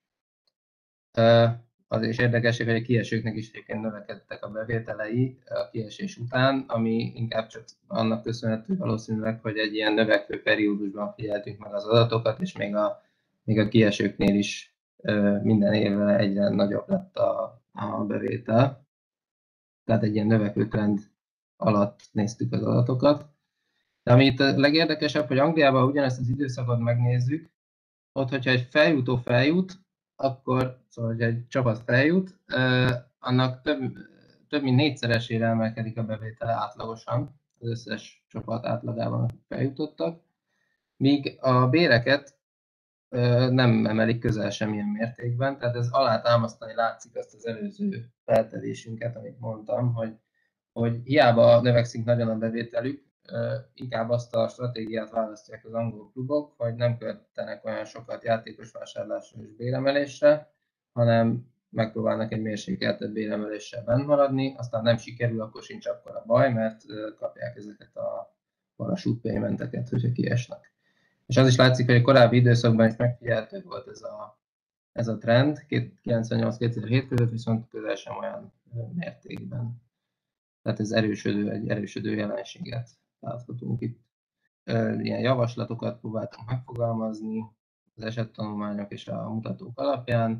S4: Az is érdekes, hogy a kiesőknek is egyébként növekedtek a bevételei a kiesés után, ami inkább csak annak köszönhető valószínűleg, hogy egy ilyen növekvő periódusban figyeltünk meg az adatokat, és még a, még a kiesőknél is minden évvel egyre nagyobb lett a, a bevétel. Tehát egy ilyen növekvő trend alatt néztük az adatokat. De ami itt a legérdekesebb, hogy Angliában ugyanezt az időszakot megnézzük, ott, hogyha egy feljutó feljut, akkor, szóval, hogy egy csapat feljut, annak több, több mint négyszeresére emelkedik a bevétele átlagosan, az összes csapat átlagában feljutottak, míg a béreket nem emelik közel semmilyen mértékben, tehát ez alátámasztani látszik azt az előző feltevésünket, amit mondtam, hogy, hogy hiába növekszik nagyon a bevételük, inkább azt a stratégiát választják az angol klubok, hogy nem költenek olyan sokat játékosvásárlásra és béremelésre, hanem megpróbálnak egy mérsékeltebb béremeléssel bent maradni, aztán nem sikerül, akkor sincs akkora baj, mert kapják ezeket a parachute paymenteket, hogyha kiesnek. És az is látszik, hogy a korábbi időszakban is megfigyelhető volt ez a, ez a trend, kilencvennyolc kétezer-hét között viszont közel sem olyan mértékben. Tehát ez erősödő, egy erősödő jelenséget láthatunk itt. Ilyen javaslatokat próbáltunk megfogalmazni az esettanulmányok és a mutatók alapján.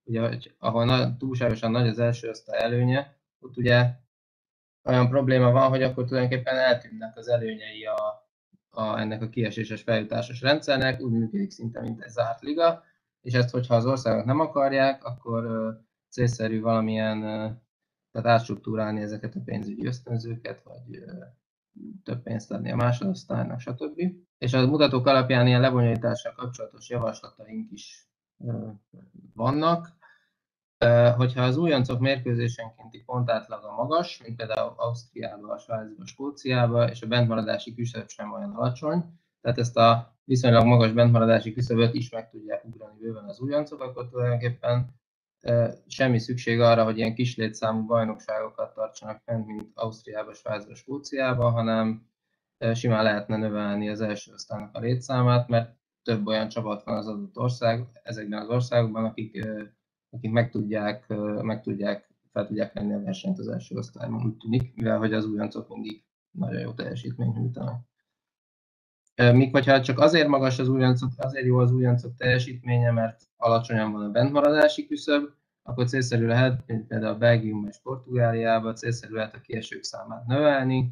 S4: ugye, hogy ahol na, túlságosan nagy az első osztály előnye, ott ugye olyan probléma van, hogy akkor tulajdonképpen eltűnnek az előnyei a, a, ennek a kieséses feljutásos rendszernek, úgy működik szinte, mint egy zárt liga, és ezt, hogyha az országok nem akarják, akkor uh, célszerű valamilyen, uh, tehát átstruktúrálni ezeket a pénzügyi ösztönzőket, vagy uh, több pénzt adni a másodosztálynak, stb. És a mutatók alapján ilyen lebonyolítással kapcsolatos javaslataink is uh, vannak. Hogyha az újoncok mérkőzésenkénti pontátlaga magas, mint például Ausztriában, Svájcban, Skóciában, és a bentmaradási küszöb sem olyan alacsony, tehát ezt a viszonylag magas bentmaradási küszöböt is meg tudják ugrani bőven az újoncok, akkor tulajdonképpen semmi szükség arra, hogy ilyen kis létszámú bajnokságokat tartsanak fent, mint Ausztriában, Svájcban, Skóciában, hanem simán lehetne növelni az első osztálynak a létszámát, mert több olyan csapat van az adott ország, ezekben az országokban, akik akik meg tudják, meg tudják, fel tudják venni a versenyt az első osztályban, úgy tűnik, mivel hogy az újoncok mindig nagyon jó teljesítményt nyújtanak. Míg hogyha csak azért magas az újoncok, azért jó az újoncok teljesítménye, mert alacsonyan van a bentmaradási küszöb, akkor célszerű lehet, mint például a Belgiumban és Portugáliában, célszerű lehet a kiesők számát növelni,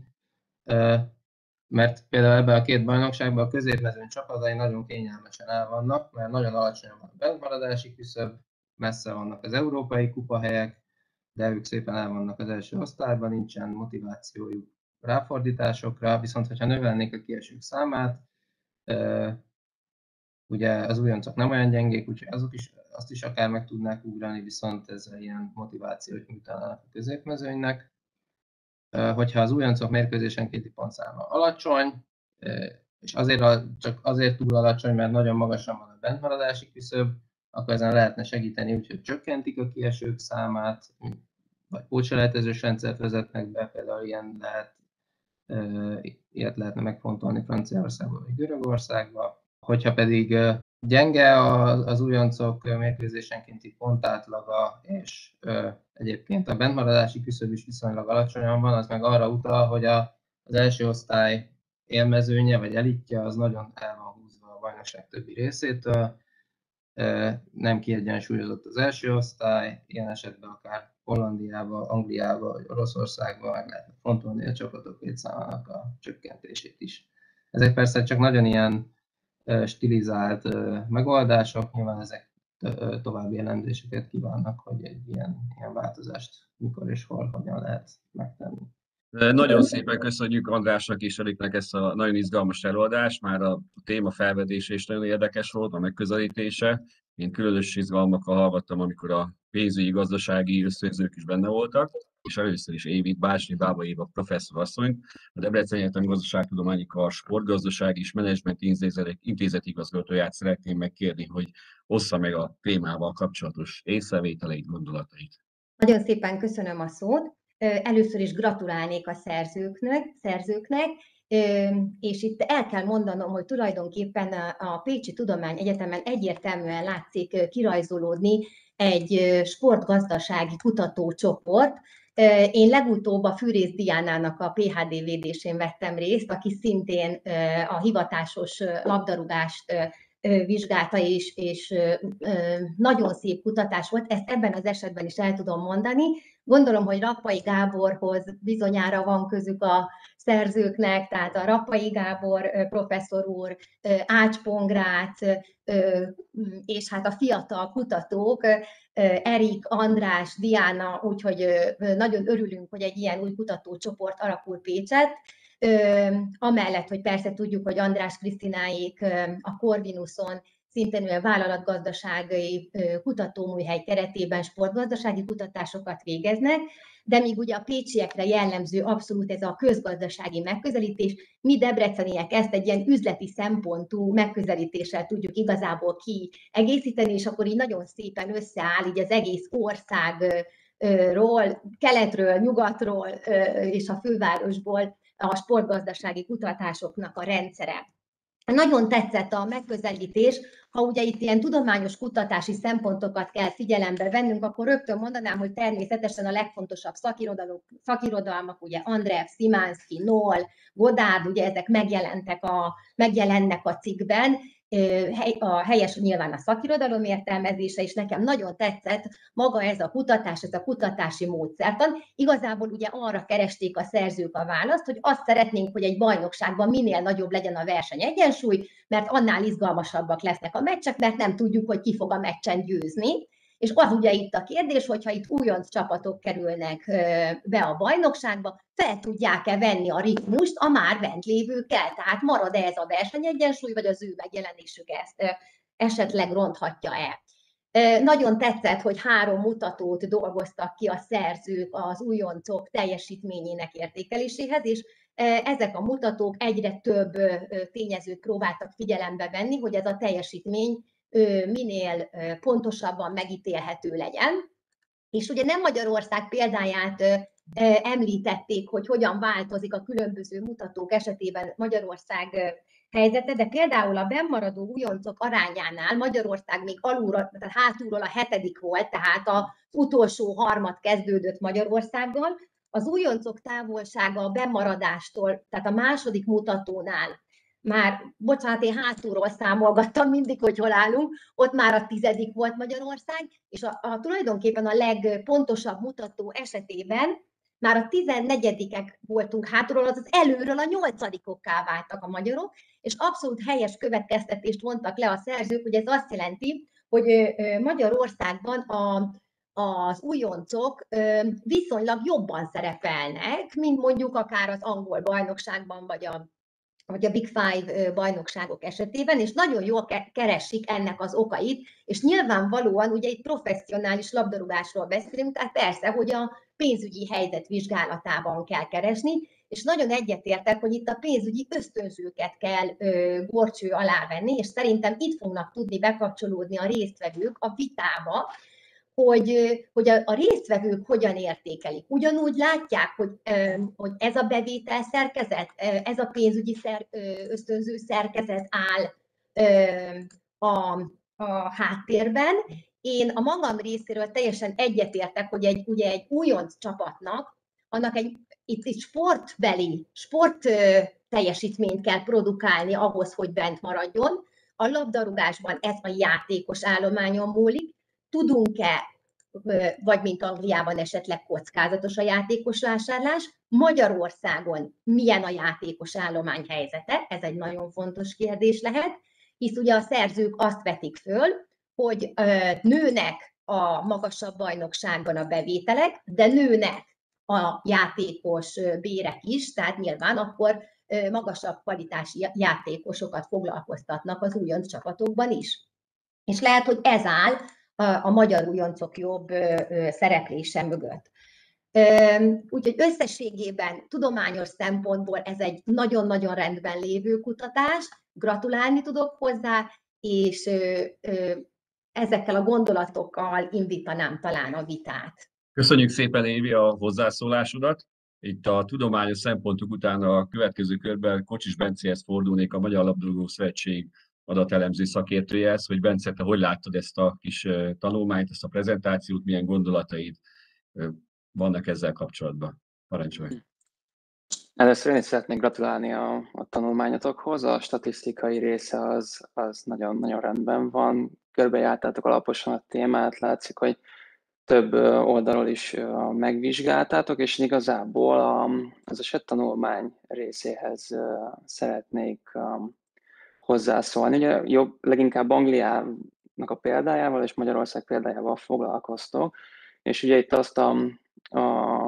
S4: mert például ebben a két bajnokságban a középmezőny csapatai nagyon kényelmesen el vannak, mert nagyon alacsonyan van a bentmaradási küszöb, messze vannak az európai kupahelyek, de ők szépen el vannak az első osztályban, nincsen motivációjuk ráfordításokra, viszont hogyha növelnék a kiesők számát, ugye az újoncok nem olyan gyengék, úgyhogy azok is, azt is akár meg tudnák ugrani, viszont ez ilyen motivációt nyújtanának a középmezőnynek. Hogyha az újoncok mérkőzésenkénti pontszáma alacsony, és azért a, csak azért túl alacsony, mert nagyon magasan van a bentmaradási küszöb, akkor ezen lehetne segíteni, úgyhogy csökkentik a kiesők számát, vagy pótselejtezős rendszert vezetnek be, például ilyen lehet, ilyet lehetne megfontolni Franciaországban vagy Görögországban. Hogyha pedig gyenge az újoncok mérkőzésenkénti pontátlaga, és egyébként a bentmaradási küszöb is viszonylag alacsonyan van, az meg arra utal, hogy a, az első osztály élmezőnye vagy elitje az nagyon el van húzva a bajnokság többi részétől, nem kiegyensúlyozott az első osztály, ilyen esetben akár Hollandiába, Angliába vagy Oroszországba meg lehetne fontolni a csapatok létszámának a csökkentését is. Ezek persze csak nagyon ilyen stilizált megoldások, nyilván ezek további elemzéseket kívánnak, hogy egy ilyen, ilyen változást mikor és hol, hogyan lehet megtenni.
S2: Nagyon szépen köszönjük Andrásnak és Eriknek ezt a nagyon izgalmas előadást, már a téma felvetése is nagyon érdekes volt, a megközelítése. Én különös izgalmakkal hallgattam, amikor a pénzügyi, gazdasági ösztönzők is benne voltak, és először is Évit Básnyi Bába Éva professzor asszonyt, a Debreceni Egyetem Gazdaságtudományi Kar Sportgazdasági és Menedzsment Intézet igazgatóját szeretném megkérni, hogy ossza meg a témával kapcsolatos észrevételeit, gondolatait.
S5: Nagyon szépen köszönöm a szót. Először is gratulálnék a szerzőknek, szerzőknek, és itt el kell mondanom, hogy tulajdonképpen a Pécsi Tudományegyetemen egyértelműen látszik kirajzolódni egy sportgazdasági kutatócsoport. Én legutóbb a Fűrész Diánának a pé há dé védésén vettem részt, aki szintén a hivatásos labdarúgást vizsgálta, és, és nagyon szép kutatás volt, ezt ebben az esetben is el tudom mondani. Gondolom, hogy Rappai Gáborhoz bizonyára van közük a szerzőknek, tehát a Rappai Gábor professzor úr, Ács Pongrác, és hát a fiatal kutatók, Erik, András, Diana, úgyhogy nagyon örülünk, hogy egy ilyen új kutatócsoport alakul Pécsett. Amellett, hogy persze tudjuk, hogy András Krisztináék a Corvinuson szintén olyan vállalatgazdasági kutatóműhely keretében sportgazdasági kutatásokat végeznek, de míg ugye a pécsiekre jellemző abszolút ez a közgazdasági megközelítés, mi debreceniek ezt egy ilyen üzleti szempontú megközelítéssel tudjuk igazából kiegészíteni, és akkor így nagyon szépen összeáll így az egész országról, keletről, nyugatról és a fővárosból a sportgazdasági kutatásoknak a rendszere. Nagyon tetszett a megközelítés, ha ugye itt ilyen tudományos kutatási szempontokat kell figyelembe vennünk, akkor rögtön mondanám, hogy természetesen a legfontosabb szakirodalmak, ugye Andreev, Szymanszky, Noll, Godard, ugye ezek megjelentek a, megjelennek a cikkben, a helyes nyilván a szakirodalom értelmezése, és nekem nagyon tetszett maga ez a kutatás, ez a kutatási módszertan. Igazából ugye arra keresték a szerzők a választ, hogy azt szeretnénk, hogy egy bajnokságban minél nagyobb legyen a verseny egyensúly, mert annál izgalmasabbak lesznek a meccsek, mert nem tudjuk, hogy ki fog a meccsen győzni. És az ugye itt a kérdés, hogyha itt újonc csapatok kerülnek be a bajnokságba, fel tudják-e venni a ritmust a már bent lévőkkel? Tehát marad-e ez a versenyegyensúly, vagy az ő megjelenésük ezt esetleg ronthatja-e? Nagyon tetszett, hogy három mutatót dolgoztak ki a szerzők az újoncok teljesítményének értékeléséhez, és ezek a mutatók egyre több tényezőt próbáltak figyelembe venni, hogy ez a teljesítmény minél pontosabban megítélhető legyen. És ugye nem Magyarország példáját említették, hogy hogyan változik a különböző mutatók esetében Magyarország helyzete, de például a bennmaradó újoncok arányánál Magyarország még alulról, tehát hátulról a hetedik volt, tehát az utolsó harmad kezdődött Magyarországgal. Az újoncok távolsága a bennmaradástól, tehát a második mutatónál, már, bocsánat, én hátulról számolgattam mindig, hogy hol állunk, ott már a tizedik volt Magyarország, és a, a tulajdonképpen a legpontosabb mutató esetében már a tizennegyedikek voltunk hátulról, azaz előről a nyolcadikokká váltak a magyarok, és abszolút helyes következtetést vontak le a szerzők, hogy ez azt jelenti, hogy Magyarországban a, az újoncok viszonylag jobban szerepelnek, mint mondjuk akár az angol bajnokságban, vagy a vagy a Big Five bajnokságok esetében, és nagyon jól keresik ennek az okait, és nyilvánvalóan ugye egy professzionális labdarúgásról beszélünk, tehát persze, hogy a pénzügyi helyzet vizsgálatában kell keresni, és nagyon egyetértek, hogy itt a pénzügyi ösztönzőket kell ö, górcső alá venni, és szerintem itt fognak tudni bekapcsolódni a résztvevők a vitába, hogy, hogy a, a résztvevők hogyan értékelik. Ugyanúgy látják, hogy, hogy ez a bevétel szerkezet, ez a pénzügyi szer, ösztönző szerkezet áll a, a háttérben. Én a magam részéről teljesen egyetértek, hogy egy, ugye egy újonc csapatnak, annak egy, itt egy sportbeli, sport teljesítményt kell produkálni ahhoz, hogy bent maradjon. A labdarúgásban ez a játékos állományon múlik. Tudunk-e, vagy mint Angliában esetleg kockázatos a játékos vásárlás, Magyarországon milyen a játékos állomány helyzete, ez egy nagyon fontos kérdés lehet, hisz ugye a szerzők azt vetik föl, hogy nőnek a magasabb bajnokságban a bevételek, de nőnek a játékos bérek is, tehát nyilván akkor magasabb kvalitású játékosokat foglalkoztatnak az újonc csapatokban is. És lehet, hogy ez áll a, a magyar újoncok jobb szereplése mögött. Úgyhogy összességében tudományos szempontból ez egy nagyon-nagyon rendben lévő kutatás, gratulálni tudok hozzá, és ezekkel a gondolatokkal indítanám talán a vitát.
S2: Köszönjük szépen, Évi, a hozzászólásodat. Itt a tudományos szempontok után a következő körben Kocsis Bencéhez fordulnék, a Magyar Labdarúgó Szövetség adatelemző szakértőjehez, hogy Bence, te hogy láttad ezt a kis tanulmányt, ezt a prezentációt, milyen gondolataid vannak ezzel kapcsolatban? Parancsolj!
S6: Először én is szeretnék gratulálni a, a tanulmányotokhoz. A statisztikai része az, az nagyon, nagyon rendben van. Körbejártátok alaposan a témát, látszik, hogy több oldalról is megvizsgáltátok, és igazából az esettanulmány részéhez szeretnék hozzászólni. Ugye jobb, leginkább Angliának a példájával és Magyarország példájával foglalkoztok, és ugye itt azt a, a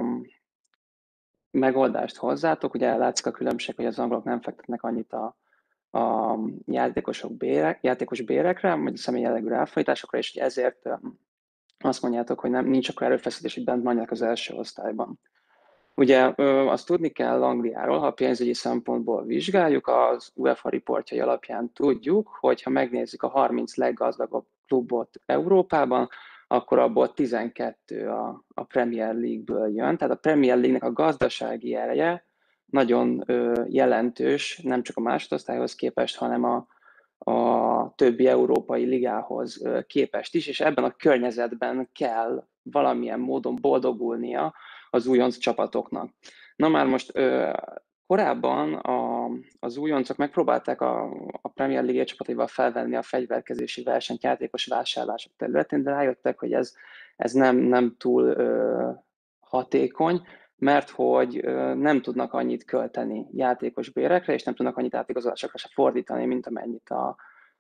S6: megoldást hozzátok, ugye látszik a különbség, hogy az angolok nem fektetnek annyit a, a játékosok bérek, játékos bérekre, vagy a személyi jellegű ráfordításokra, és ezért azt mondjátok, hogy nem, nincs akkor erőfeszítés, hogy bent maradjanak az első osztályban. Ugye azt tudni kell Angliáról, ha pénzügyi szempontból vizsgáljuk, az UEFA riportjai alapján tudjuk, hogy ha megnézzük a harminc leggazdagabb klubot Európában, akkor abból tizenkettő a, a Premier League-ből jön. Tehát a Premier League-nek a gazdasági ereje nagyon ö, jelentős, nem csak a másodosztályhoz képest, hanem a, a többi európai ligához ö, képest is, és ebben a környezetben kell valamilyen módon boldogulnia az újonc csapatoknak. Na már most ö, korábban a, az újoncok megpróbálták a, a Premier League csapataival felvenni a fegyverkezési versenyt játékos vásárlások területén, de rájöttek, hogy ez, ez nem, nem túl ö, hatékony, mert hogy ö, nem tudnak annyit költeni játékos bérekre, és nem tudnak annyit átigazolásokra se fordítani, mint amennyit a,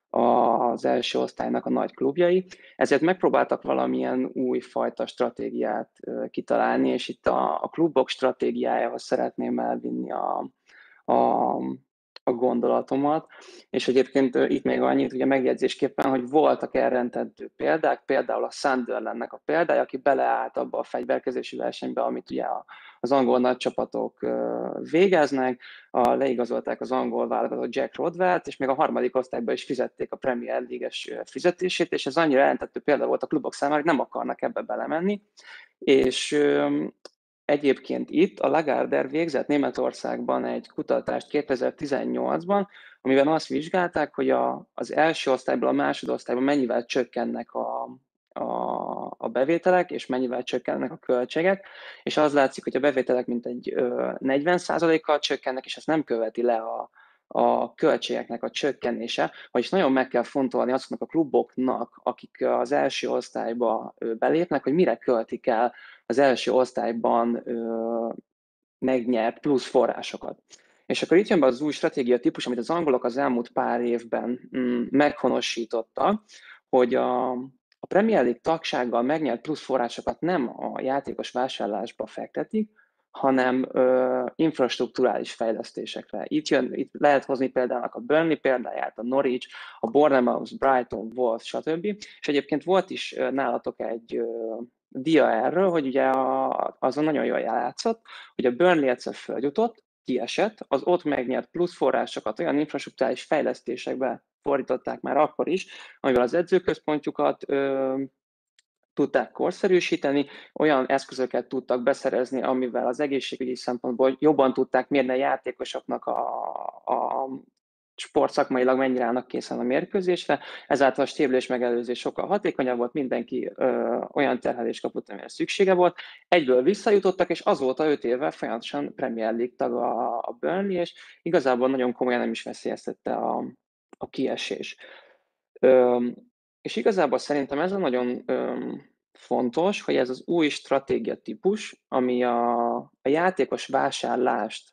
S6: az első osztálynak a nagy klubjai. Ezért megpróbáltak valamilyen újfajta stratégiát kitalálni, és itt a, a klubok stratégiájához szeretném elvinni a, a, a gondolatomat. És egyébként itt még annyit, ugye megjegyzésképpen, hogy voltak elrendető példák, például a Sunderlandnek a példája, aki beleállt abba a fegyverkezési versenybe, amit ugye az angol nagy csapatok végeznek, a, leigazolták az angol válogatott Jack Rodwellt, és még a harmadik osztályban is fizették a Premier League-es fizetését, és ez annyira elrentető példa volt a klubok számára, hogy nem akarnak ebbe belemenni. És egyébként itt a Lagardère végzett Németországban egy kutatást kétezer-tizennyolcban, amiben azt vizsgálták, hogy a, az első osztályból a másodosztályban mennyivel csökkennek a, a, a bevételek, és mennyivel csökkennek a költségek, és az látszik, hogy a bevételek mintegy negyven százalékkal csökkennek, és ezt nem követi le a, a költségeknek a csökkenése, vagyis nagyon meg kell fontolni azoknak a kluboknak, akik az első osztályba belépnek, hogy mire költik el az első osztályban ö, megnyert plusz forrásokat. És akkor itt jön be az új stratégia típus, amit az angolok az elmúlt pár évben mm, meghonosítottak, hogy a, a Premier League tagsággal megnyert plusz forrásokat nem a játékos vásárlásba fektetik, hanem ö, infrastrukturális fejlesztésekre. Itt, jön, itt lehet hozni például a Burnley példáját, a Norwich, a Bournemouth, Brighton, Wolves, stb. És egyébként volt is nálatok egy ö, dia erről, hogy ugye a, azon nagyon jól játszott, hogy a Burnley egyszer följutott, kiesett, az ott megnyert plusz forrásokat olyan infrastrukturális fejlesztésekbe fordították már akkor is, amivel az edzőközpontjukat ö, tudták korszerűsíteni, olyan eszközöket tudtak beszerezni, amivel az egészségügyi szempontból jobban tudták mérni a játékosoknak a, a sportszakmailag mennyire állnak készen a mérkőzésre, ezáltal a stérülés megelőzés sokkal hatékonyabb volt, mindenki ö, olyan terhelést kapott, amire szüksége volt, egyből visszajutottak, és azóta öt évvel folyamatosan Premier League tag a, a Burnley, és igazából nagyon komolyan nem is veszélyeztette a, a kiesés. Ö, és igazából szerintem ez a nagyon ö, fontos, hogy ez az új stratégia típus, ami a, a játékos vásárlást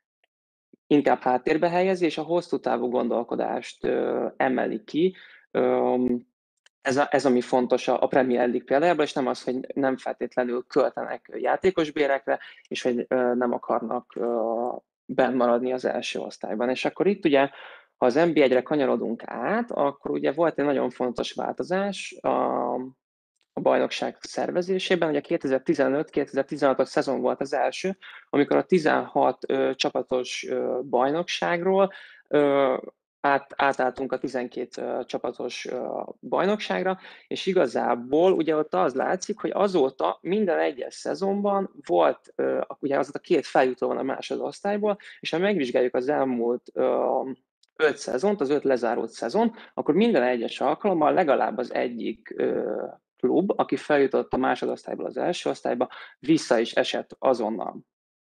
S6: inkább háttérbe helyezi, és a hosszú távú gondolkodást ö, emeli ki. Ö, ez, a, ez ami fontos a, a Premier League példájában, és nem az, hogy nem feltétlenül költenek játékosbérekre, és hogy ö, nem akarnak ö, benn maradni az első osztályban. És akkor itt ugye, ha az en bé egyre kanyarodunk át, akkor ugye volt egy nagyon fontos változás a, a bajnokság szervezésében. Ugye kétezer-tizenöt-kétezer-tizenhatos szezon volt az első, amikor a tizenhat ö, csapatos ö, bajnokságról ö, át, átálltunk a tizenkét ö, csapatos ö, bajnokságra, és igazából ugye ott az látszik, hogy azóta minden egyes szezonban volt, ö, ugye azóta két feljutó van a másodosztályból, és ha megvizsgáljuk az elmúlt ö, öt szezont, az öt lezárult szezon, akkor minden egyes alkalommal legalább az egyik ö, klub, aki feljutott a másodosztályból az első osztályba, vissza is esett azonnal.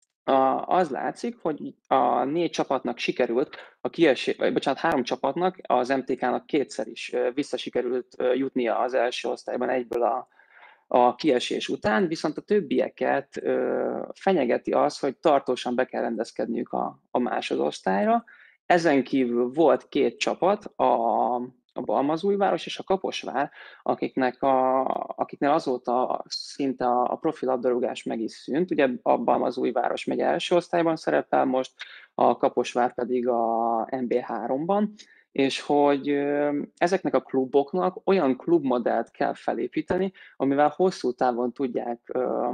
S6: Az látszik, hogy a négy csapatnak sikerült, a kiesés, vagy bocsánat, három csapatnak, az em té ká-nak kétszer is vissza sikerült jutnia az első osztályban egyből a, a kiesés után, viszont a többieket ö, fenyegeti az, hogy tartósan be kell rendezkedniük a, a másodosztályra. Ezen kívül volt két csapat, a, a Balmazújváros és a Kaposvár, akiknek a, akiknél azóta szinte a, a profi labdarúgás meg is szűnt. Ugye a Balmazújváros megy első osztályban szerepel most, a Kaposvár pedig a en bé háromban, és hogy ezeknek a kluboknak olyan klubmodellt kell felépíteni, amivel hosszú távon tudják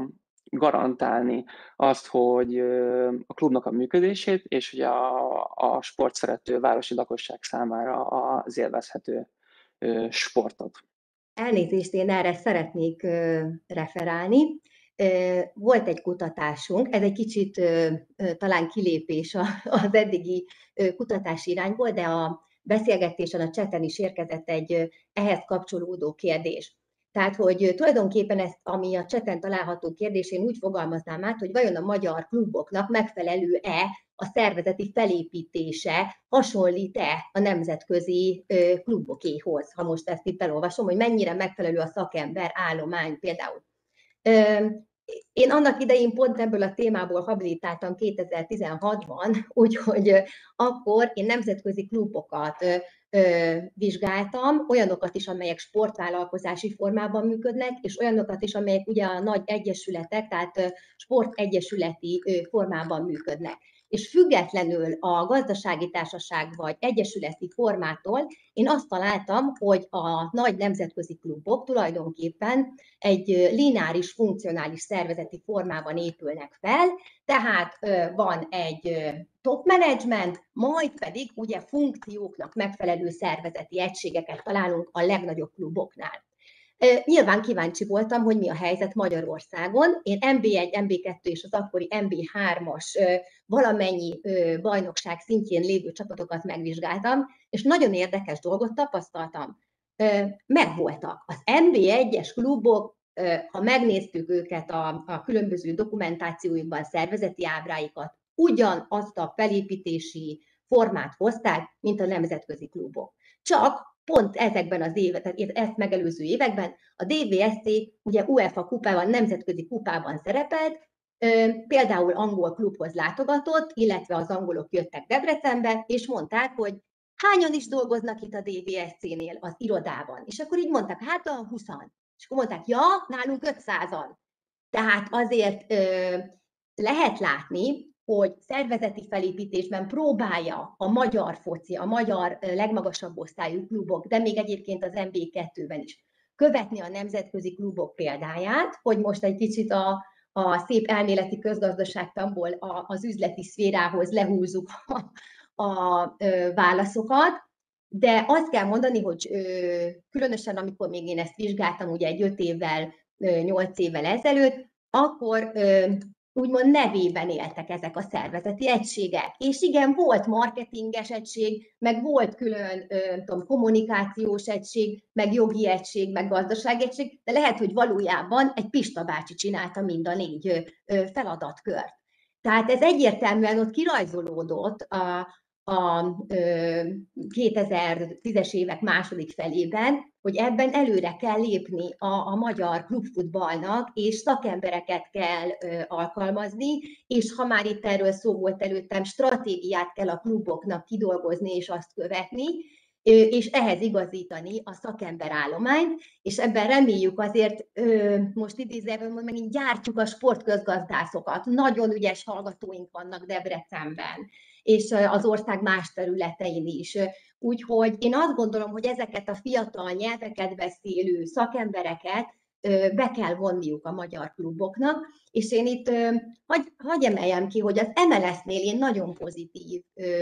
S6: garantálni azt, hogy a klubnak a működését, és hogy a, a sportszerető városi lakosság számára az élvezhető sportot.
S5: Elnézést, én erre szeretnék referálni. Volt egy kutatásunk, ez egy kicsit talán kilépés az eddigi kutatási irányból, de a beszélgetésen, a chaten is érkezett egy ehhez kapcsolódó kérdés. Tehát, hogy tulajdonképpen ezt, ami a chaten található kérdés, én úgy fogalmaznám át, hogy vajon a magyar kluboknak megfelelő-e a szervezeti felépítése hasonlít-e a nemzetközi klubokéhoz, ha most ezt itt elolvasom, hogy mennyire megfelelő a szakember állomány például. Én annak idején pont ebből a témából habilitáltam kétezer-tizenhatban, úgyhogy akkor én nemzetközi klubokat vizsgáltam, olyanokat is, amelyek sportvállalkozási formában működnek, és olyanokat is, amelyek ugye a nagy egyesületek, tehát sportegyesületi formában működnek. És függetlenül a gazdasági társaság vagy egyesületi formától én azt találtam, hogy a nagy nemzetközi klubok tulajdonképpen egy lineáris, funkcionális szervezeti formában épülnek fel, tehát van egy top management, majd pedig ugye funkcióknak megfelelő szervezeti egységeket találunk a legnagyobb kluboknál. Nyilván kíváncsi voltam, hogy mi a helyzet Magyarországon. Én em bé egy, em bé kettő és az akkori em bé hármas valamennyi bajnokság szintjén lévő csapatokat megvizsgáltam, és nagyon érdekes dolgot tapasztaltam. Megvoltak. Az em bé egyes klubok, ha megnéztük őket a, a különböző dokumentációikban, szervezeti ábráikat, ugyanazt a felépítési formát hozták, mint a nemzetközi klubok. Csak pont ezekben az években, ezt megelőző években a dé vé es té ugye UEFA kupában, nemzetközi kupában szerepelt, például angol klubhoz látogatott, illetve az angolok jöttek Debrecenbe, és mondták, hogy hányan is dolgoznak itt a dé vé es cé-nél az irodában. És akkor így mondták, hát a húszan. És akkor mondták, ja, nálunk ötszázan. Tehát azért ö, lehet látni, hogy szervezeti felépítésben próbálja a magyar foci, a magyar legmagasabb osztályú klubok, de még egyébként az em bé kettőben is követni a nemzetközi klubok példáját, hogy most egy kicsit a, a szép elméleti közgazdaságtanból a, az üzleti szférához lehúzzuk a, a, a válaszokat. De azt kell mondani, hogy ö, különösen amikor még én ezt vizsgáltam, ugye egy öt évvel, nyolc évvel ezelőtt, akkor ö, úgymond nevében éltek ezek a szervezeti egységek. És igen, volt marketinges egység, meg volt külön ö, tudom, kommunikációs egység, meg jogi egység, meg gazdasági egység, de lehet, hogy valójában egy Pista bácsi csinálta mind a négy ö, feladatkört. Tehát ez egyértelműen ott kirajzolódott a, a kétezer-tízes évek második felében, hogy ebben előre kell lépni a, a magyar klubfutballnak, és szakembereket kell ö, alkalmazni, és ha már itt erről szó volt előttem, stratégiát kell a kluboknak kidolgozni és azt követni, ö, és ehhez igazítani a szakemberállományt, és ebben reméljük azért, ö, most idézőjelben megint gyártjuk a sportközgazdászokat, nagyon ügyes hallgatóink vannak Debrecenben, és az ország más területein is. Úgyhogy én azt gondolom, hogy ezeket a fiatal nyelveket beszélő szakembereket be kell vonniuk a magyar kluboknak, és én itt hagy, hagy emeljem ki, hogy az em el es-nél én nagyon pozitív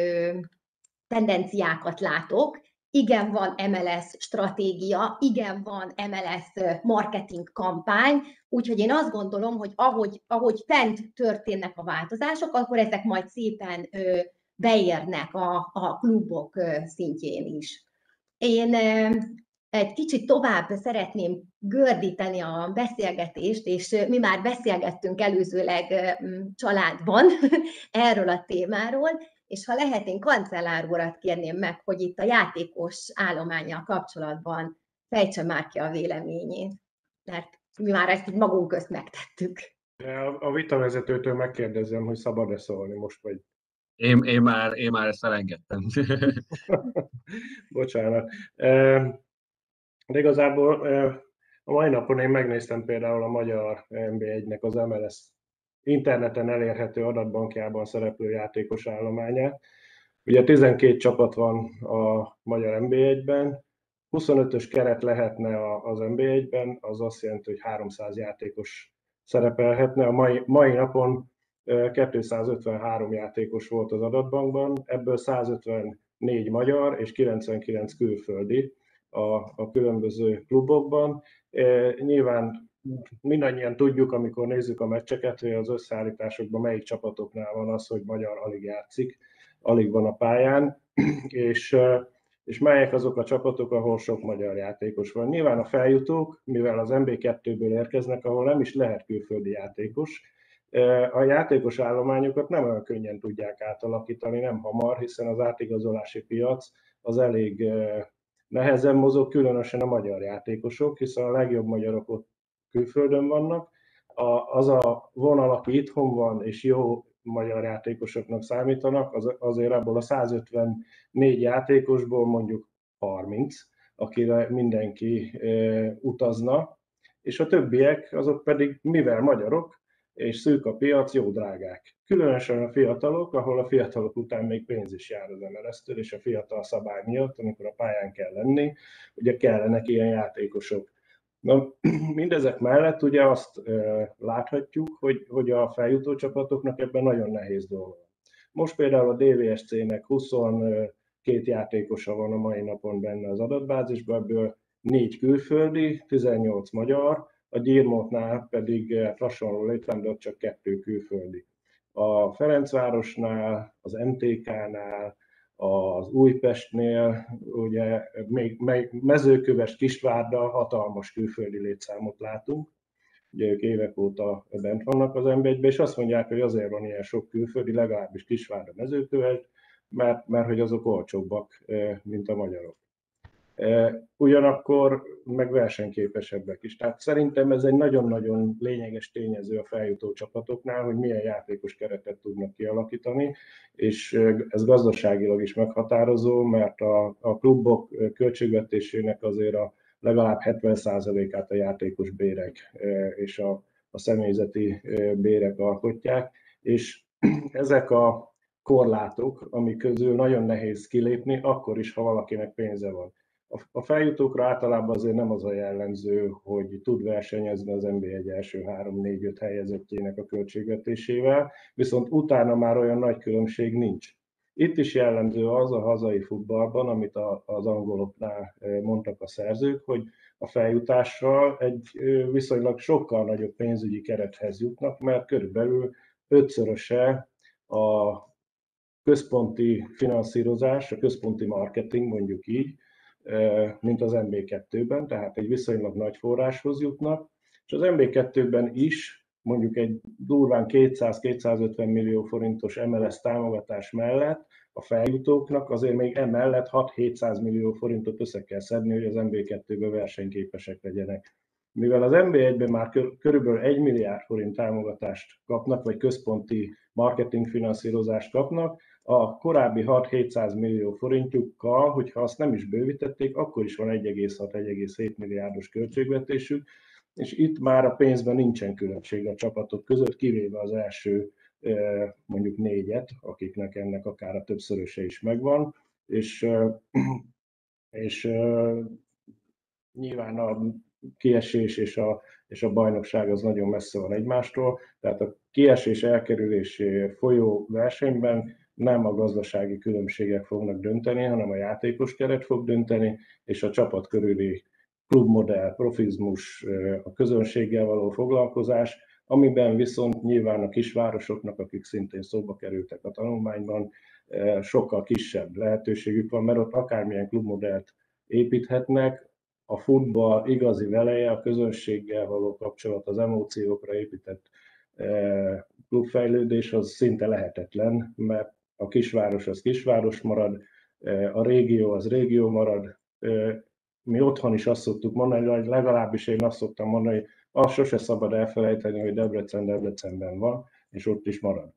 S5: tendenciákat látok. Igen, van em el es stratégia, igen, van em el es marketing kampány, úgyhogy én azt gondolom, hogy ahogy, ahogy fent történnek a változások, akkor ezek majd szépen ö, beérnek a, a klubok ö, szintjén is. Én ö, egy kicsit tovább szeretném gördíteni a beszélgetést, és mi már beszélgettünk előzőleg ö, családban erről a témáról, és ha lehet, én kancellár urat kérném meg, hogy itt a játékos állománnyal kapcsolatban fejtse már ki a véleményét, mert mi már ezt így magunk közt megtettük.
S7: A vitavezetőtől megkérdezem, hogy szabad-e szólni most, vagy...
S2: Én, én, már, én már ezt elengedtem.
S7: Bocsánat. De igazából a mai napon én megnéztem például a magyar en bé egynek az em el es interneten elérhető adatbankjában szereplő játékos állományát. Ugye tizenkét csapat van a magyar en bé egyben, huszonötös keret lehetne az en bé egyben, az azt jelenti, hogy háromszáz játékos szerepelhetne. A mai, mai napon kétszázötvenhárom játékos volt az adatbankban, ebből százötvennégy magyar és kilencvenkilenc külföldi a, a különböző klubokban. E, nyilván mindannyian tudjuk, amikor nézzük a meccseket, hogy az összeállításokban melyik csapatoknál van az, hogy magyar alig játszik, alig van a pályán, és, és melyek azok a csapatok, ahol sok magyar játékos van. Nyilván a feljutók, mivel az en bé kettőből érkeznek, ahol nem is lehet külföldi játékos, A játékos állományokat nem olyan könnyen tudják átalakítani, nem hamar, hiszen az átigazolási piac az elég nehezen mozog, különösen a magyar játékosok, hiszen a legjobb magyarok ott külföldön vannak. Az a vonal, aki itthon van és jó magyar játékosoknak számítanak, az, azért abból a százötvennégy játékosból mondjuk harminc, akire mindenki utazna, és a többiek azok pedig, mivel magyarok, és szűk a piac, jó drágák. Különösen a fiatalok, ahol a fiatalok után még pénz is jár az em el es-től, és a fiatal szabály miatt, amikor a pályán kell lenni, ugye kellenek ilyen játékosok. Na, mindezek mellett ugye azt e, láthatjuk, hogy, hogy a feljutó csapatoknak ebben nagyon nehéz dolga van. Most például a dé vé es cé-nek huszonkét játékosa van a mai napon benne az adatbázisban, ebből négy külföldi, tizennyolc magyar, a Gyirmótnál pedig hasonló létszámban csak kettő külföldi. A Ferencvárosnál, az em té ká-nál, az Újpestnél, ugye még Mezőköves, Kisvárda hatalmas külföldi létszámot látunk. Ugye ők évek óta bent vannak az em bé egyben, és azt mondják, hogy azért van ilyen sok külföldi, legalábbis Kisvárda, Mezőköves, mert, mert hogy azok olcsóbbak, mint a magyarok. Ugyanakkor meg versenyképesebbek is. Tehát szerintem ez egy nagyon-nagyon lényeges tényező a feljutó csapatoknál, hogy milyen játékos keretet tudnak kialakítani, és ez gazdaságilag is meghatározó, mert a, a klubok költségvetésének azért a legalább hetven százalékát a játékos bérek és a, a személyzeti bérek alkotják, és ezek a korlátok, amik közül nagyon nehéz kilépni, akkor is, ha valakinek pénze van. A feljutókra általában azért nem az a jellemző, hogy tud versenyezni az en bé egy első három négy öt helyezettjének a költségvetésével, viszont utána már olyan nagy különbség nincs. Itt is jellemző az a hazai futballban, amit az angoloknál mondtak a szerzők, hogy a feljutással egy viszonylag sokkal nagyobb pénzügyi kerethez jutnak, mert körülbelül ötszöröse a központi finanszírozás, a központi marketing, mondjuk így, mint az em bé kettőben, tehát egy viszonylag nagy forráshoz jutnak, és az em bé kettőben is mondjuk egy durván kétszáz-kétszázötven millió forintos em el es támogatás mellett a feljutóknak azért még emellett hat-hétszáz millió forintot össze kell szedni, hogy az em bé kettőben versenyképesek legyenek. Mivel az em bé egyben már körülbelül egy milliárd forint támogatást kapnak, vagy központi marketing finanszírozást kapnak, a korábbi hat-hétszáz millió forintjukkal, hogyha azt nem is bővítették, akkor is van egy egész hat-egy egész hét milliárdos költségvetésük, és itt már a pénzben nincsen különbség a csapatok között, kivéve az első mondjuk négyet, akiknek ennek akár a többszöröse is megvan, és, és nyilván a kiesés és a, és a bajnokság az nagyon messze van egymástól, tehát a kiesés elkerülésé folyó versenyben nem a gazdasági különbségek fognak dönteni, hanem a játékos keret fog dönteni, és a csapat körüli klubmodell, profizmus, a közönséggel való foglalkozás, amiben viszont nyilván a kisvárosoknak, akik szintén szóba kerültek a tanulmányban, sokkal kisebb lehetőségük van, mert ott akármilyen klubmodellt építhetnek, a futball igazi veleje, a közönséggel való kapcsolat, az emóciókra épített klubfejlődés az szinte lehetetlen, mert a kisváros az kisváros marad, a régió az régió marad. Mi otthon is azt szoktuk mondani, vagy legalábbis én azt szoktam mondani, hogy azt sose szabad elfelejteni, hogy Debrecen Debrecenben van, és ott is marad.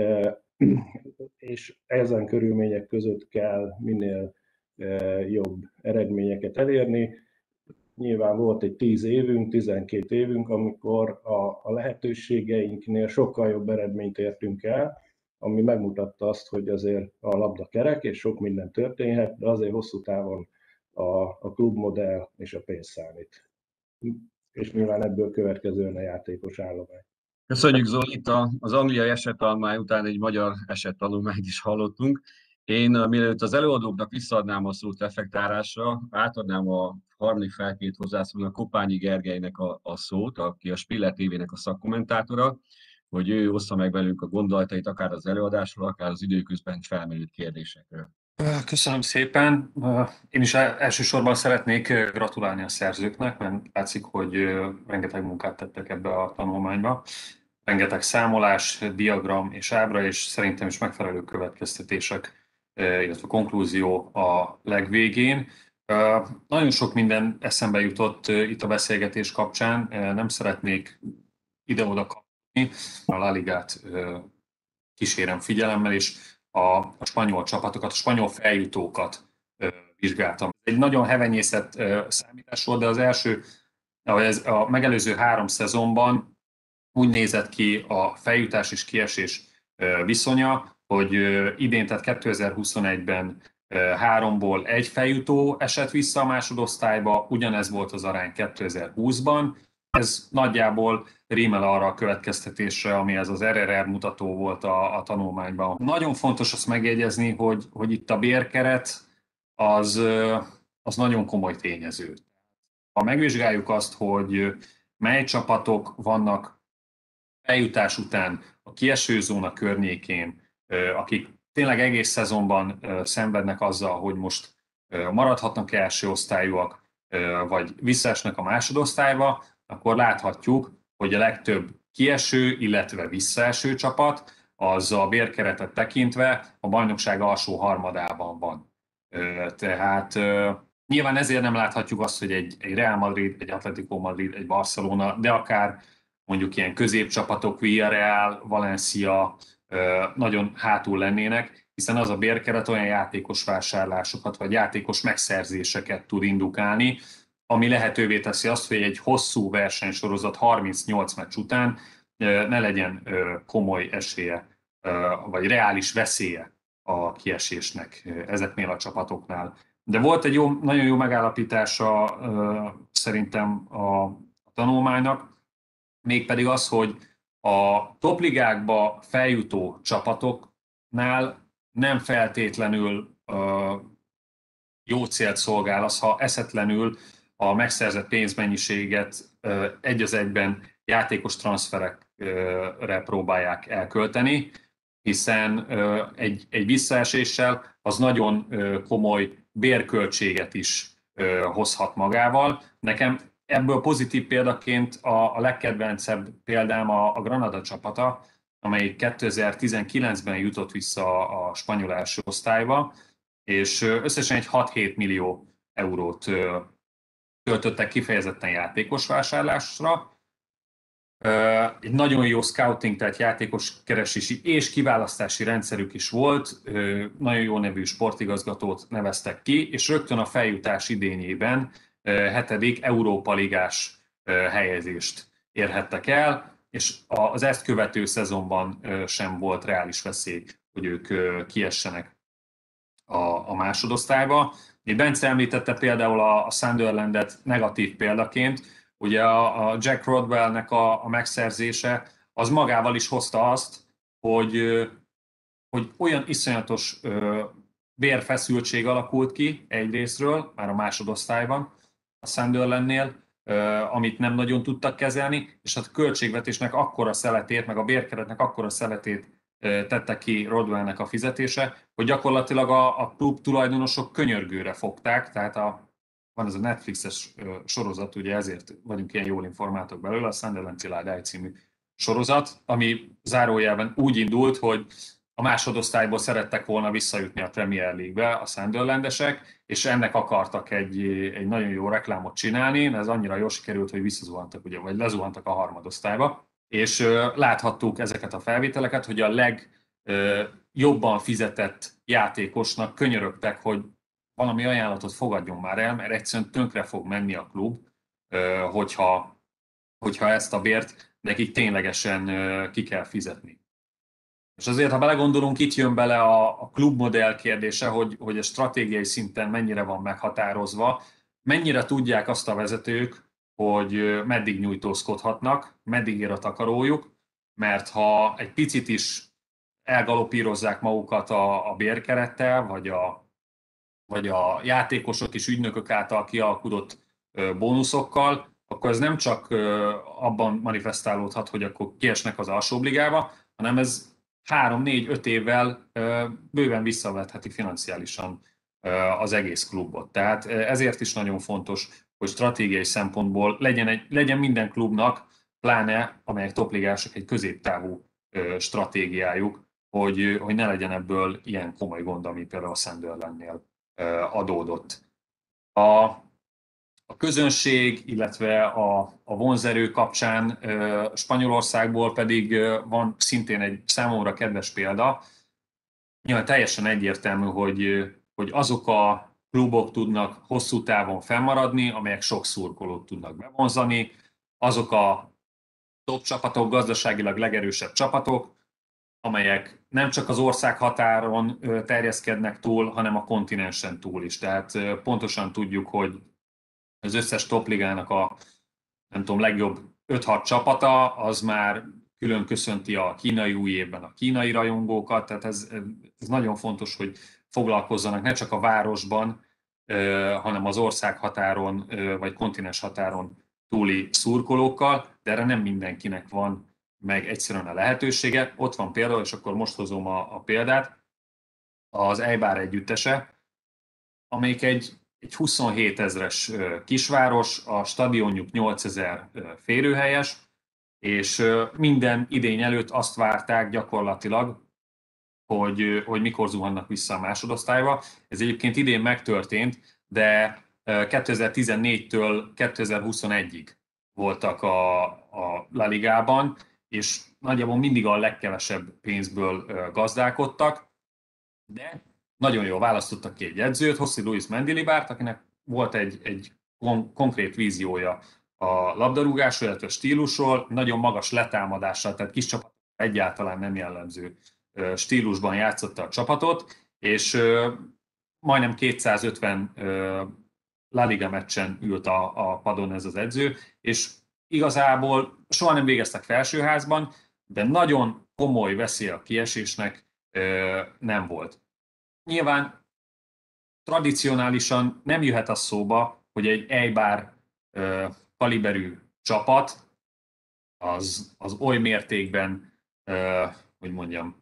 S7: És ezen körülmények között kell minél jobb eredményeket elérni. Nyilván volt egy tíz évünk, tizenkét évünk, amikor a, a lehetőségeinknél sokkal jobb eredményt értünk el, ami megmutatta azt, hogy azért a labda kerek, és sok minden történhet, de azért hosszú távon a, a klubmodell és a pénz számít. És nyilván ebből következően a játékos állomány.
S2: Köszönjük, Zoli! Itt az angliai esettanulmány után egy magyar esettanulmányt is hallottunk. Én mielőtt az előadóknak visszaadnám a szót reflektálásra, átadnám a harmadik felkét hozzászólónak, Kopányi Gergelynek a, a szót, aki a Spiller té vének a szakkommentátora, hogy ő ossza meg velünk a gondolatait akár az előadásról, akár az időközben felmerült kérdésekről.
S8: Köszönöm szépen. Én is elsősorban szeretnék gratulálni a szerzőknek, mert látszik, hogy rengeteg munkát tettek ebbe a tanulmányba. rengeteg számolás, diagram és ábra, és szerintem is megfelelő következtetések, illetve konklúzió a legvégén. Nagyon sok minden eszembe jutott itt a beszélgetés kapcsán, nem szeretnék ide-oda kapni, a La Ligát kísérem figyelemmel, és a, a spanyol csapatokat, a spanyol feljutókat vizsgáltam. Egy nagyon hevenyészett számítás volt, de az első, ez a megelőző három szezonban úgy nézett ki a feljutás és kiesés viszonya, hogy idén, tehát kétezer-huszonegyben háromból egy feljutó esett vissza a másodosztályba, ugyanez volt az arány kétezer-húszban. Ez nagyjából rímel arra a következtetésre, ami ez az er er er mutató volt a, a tanulmányban. Nagyon fontos azt megjegyezni, hogy, hogy itt a bérkeret az, az nagyon komoly tényező. Ha megvizsgáljuk azt, hogy mely csapatok vannak feljutás után a kiesőzóna környékén, akik tényleg egész szezonban szenvednek azzal, hogy most maradhatnak első osztályúak, vagy visszaesnek a másodosztályba, akkor láthatjuk, hogy a legtöbb kieső, illetve visszaeső csapat az a bérkeretet tekintve a bajnokság alsó harmadában van. Tehát nyilván ezért nem láthatjuk azt, hogy egy, egy Real Madrid, egy Atletico Madrid, egy Barcelona, de akár mondjuk ilyen középcsapatok, Villarreal, Valencia nagyon hátul lennének, hiszen az a bérkeret olyan játékos vásárlásokat, vagy játékos megszerzéseket tud indukálni, ami lehetővé teszi azt, hogy egy hosszú versenysorozat harmincnyolc meccs után ne legyen komoly esélye, vagy reális veszélye a kiesésnek ezeknél a csapatoknál. De volt egy jó, nagyon jó megállapítása szerintem a tanulmánynak, mégpedig az, hogy a topligákba feljutó csapatoknál nem feltétlenül jó célt szolgál az, ha eszetlenül a megszerzett pénzmennyiséget egy az egyben játékos transferekre próbálják elkölteni, hiszen egy, egy visszaeséssel az nagyon komoly bérköltséget is hozhat magával. Nekem ebből pozitív példaként a, a legkedvencebb példám a, a Granada csapata, amely kétezer-tizenkilencben jutott vissza a, a spanyol első osztályba, és összesen egy hat-hét millió eurót költöttek kifejezetten játékos vásárlásra. Egy nagyon jó scouting, tehát játékos keresési és kiválasztási rendszerük is volt, nagyon jó nevű sportigazgatót neveztek ki, és rögtön a feljutás idényében hetedik Európa ligás helyezést érhettek el, és az ezt követő szezonban sem volt reális veszély, hogy ők kiessenek a, a másodosztályba. Bence említette például a, a Sunderlandet negatív példaként, ugye a, a Jack Rodwellnek a, a megszerzése az magával is hozta azt, hogy, hogy olyan iszonyatos bérfeszültség alakult ki egyrészről, már a másodosztályban, a Sunderlandnél, amit nem nagyon tudtak kezelni, és a költségvetésnek akkora szeletét, meg a bérkeretnek akkora szeletét tette ki Rodwellnek a fizetése, hogy gyakorlatilag a, a klub tulajdonosok könyörgőre fogták, tehát a, van ez a Netflixes sorozat, ugye ezért vagyunk ilyen jól informáltak belőle, a Sunderland Till I Die című sorozat, ami zárójelben úgy indult, hogy a másodosztályból szerettek volna visszajutni a Premier League-be a Sunderlandesek, és ennek akartak egy, egy nagyon jó reklámot csinálni, ez annyira jól sikerült, hogy visszazuhantak, ugye, vagy lezuhantak a harmadosztályba, és uh, láthattuk ezeket a felvételeket, hogy a legjobban uh, fizetett játékosnak könyörögtek, hogy valami ajánlatot fogadjon már el, mert egyszerűen tönkre fog menni a klub, uh, hogyha, hogyha ezt a bért nekik ténylegesen uh, ki kell fizetni. És azért, ha belegondolunk, itt jön bele a, a klubmodell kérdése, hogy, hogy a stratégiai szinten mennyire van meghatározva, mennyire tudják azt a vezetők, hogy meddig nyújtózkodhatnak, meddig ér a takarójuk, mert ha egy picit is elgalopírozzák magukat a, a bérkerettel, vagy a, vagy a játékosok és ügynökök által kialkudott bónuszokkal, akkor ez nem csak abban manifestálódhat, hogy akkor kiesnek az alsóbb ligába, hanem ez három, négy, öt évvel bőven visszavetheti financiálisan az egész klubot. Tehát ezért is nagyon fontos, hogy stratégiai szempontból legyen, egy, legyen minden klubnak pláne amelyek topligások egy középtávú stratégiájuk, hogy, hogy ne legyen ebből ilyen komoly gond, ami például a Sunderlandnél adódott. A, a közönség, illetve a, a vonzerő kapcsán Spanyolországból pedig van szintén egy számomra kedves példa. Nyilván teljesen egyértelmű, hogy, hogy azok a klubok tudnak hosszú távon fennmaradni, amelyek sok szurkolót tudnak bevonzani, azok a top csapatok, gazdaságilag legerősebb csapatok, amelyek nem csak az ország határon terjeszkednek túl, hanem a kontinensen túl is. Tehát pontosan tudjuk, hogy az összes topligának a nem tudom, legjobb öt-hat csapata, az már külön köszönti a kínai új évben a kínai rajongókat, tehát ez, ez nagyon fontos, hogy foglalkozzanak ne csak a városban, hanem az ország határon vagy kontinens határon túli szurkolókkal, de erre nem mindenkinek van meg egyszerűen a lehetősége. Ott van például, és akkor most hozom a, a példát, az Eibar együttese, amelyik egy, egy huszonhét ezres kisváros, a stadionjuk nyolcezer férőhelyes, és minden idény előtt azt várták gyakorlatilag, hogy, hogy mikor zuhannak vissza a másodosztályba. Ez egyébként idén megtörtént, de kétezer-tizennégytől kétezer-huszonegyig voltak a, a La Ligában, és nagyjából mindig a legkevesebb pénzből gazdálkodtak, de nagyon jól választottak ki egy edzőt, José Luis Mendilibart, akinek volt egy, egy kon- konkrét víziója a labdarúgásról, illetve a stílusról, nagyon magas letámadással, tehát kis csapat egyáltalán nem jellemző stílusban játszotta a csapatot, és majdnem kétszázötven La Liga meccsen ült a, a padon ez az edző, és igazából soha nem végeztek felsőházban, de nagyon komoly veszély a kiesésnek nem volt. Nyilván tradicionálisan nem jöhet az szóba, hogy egy Eibar kaliberű csapat az, az oly mértékben, hogy mondjam,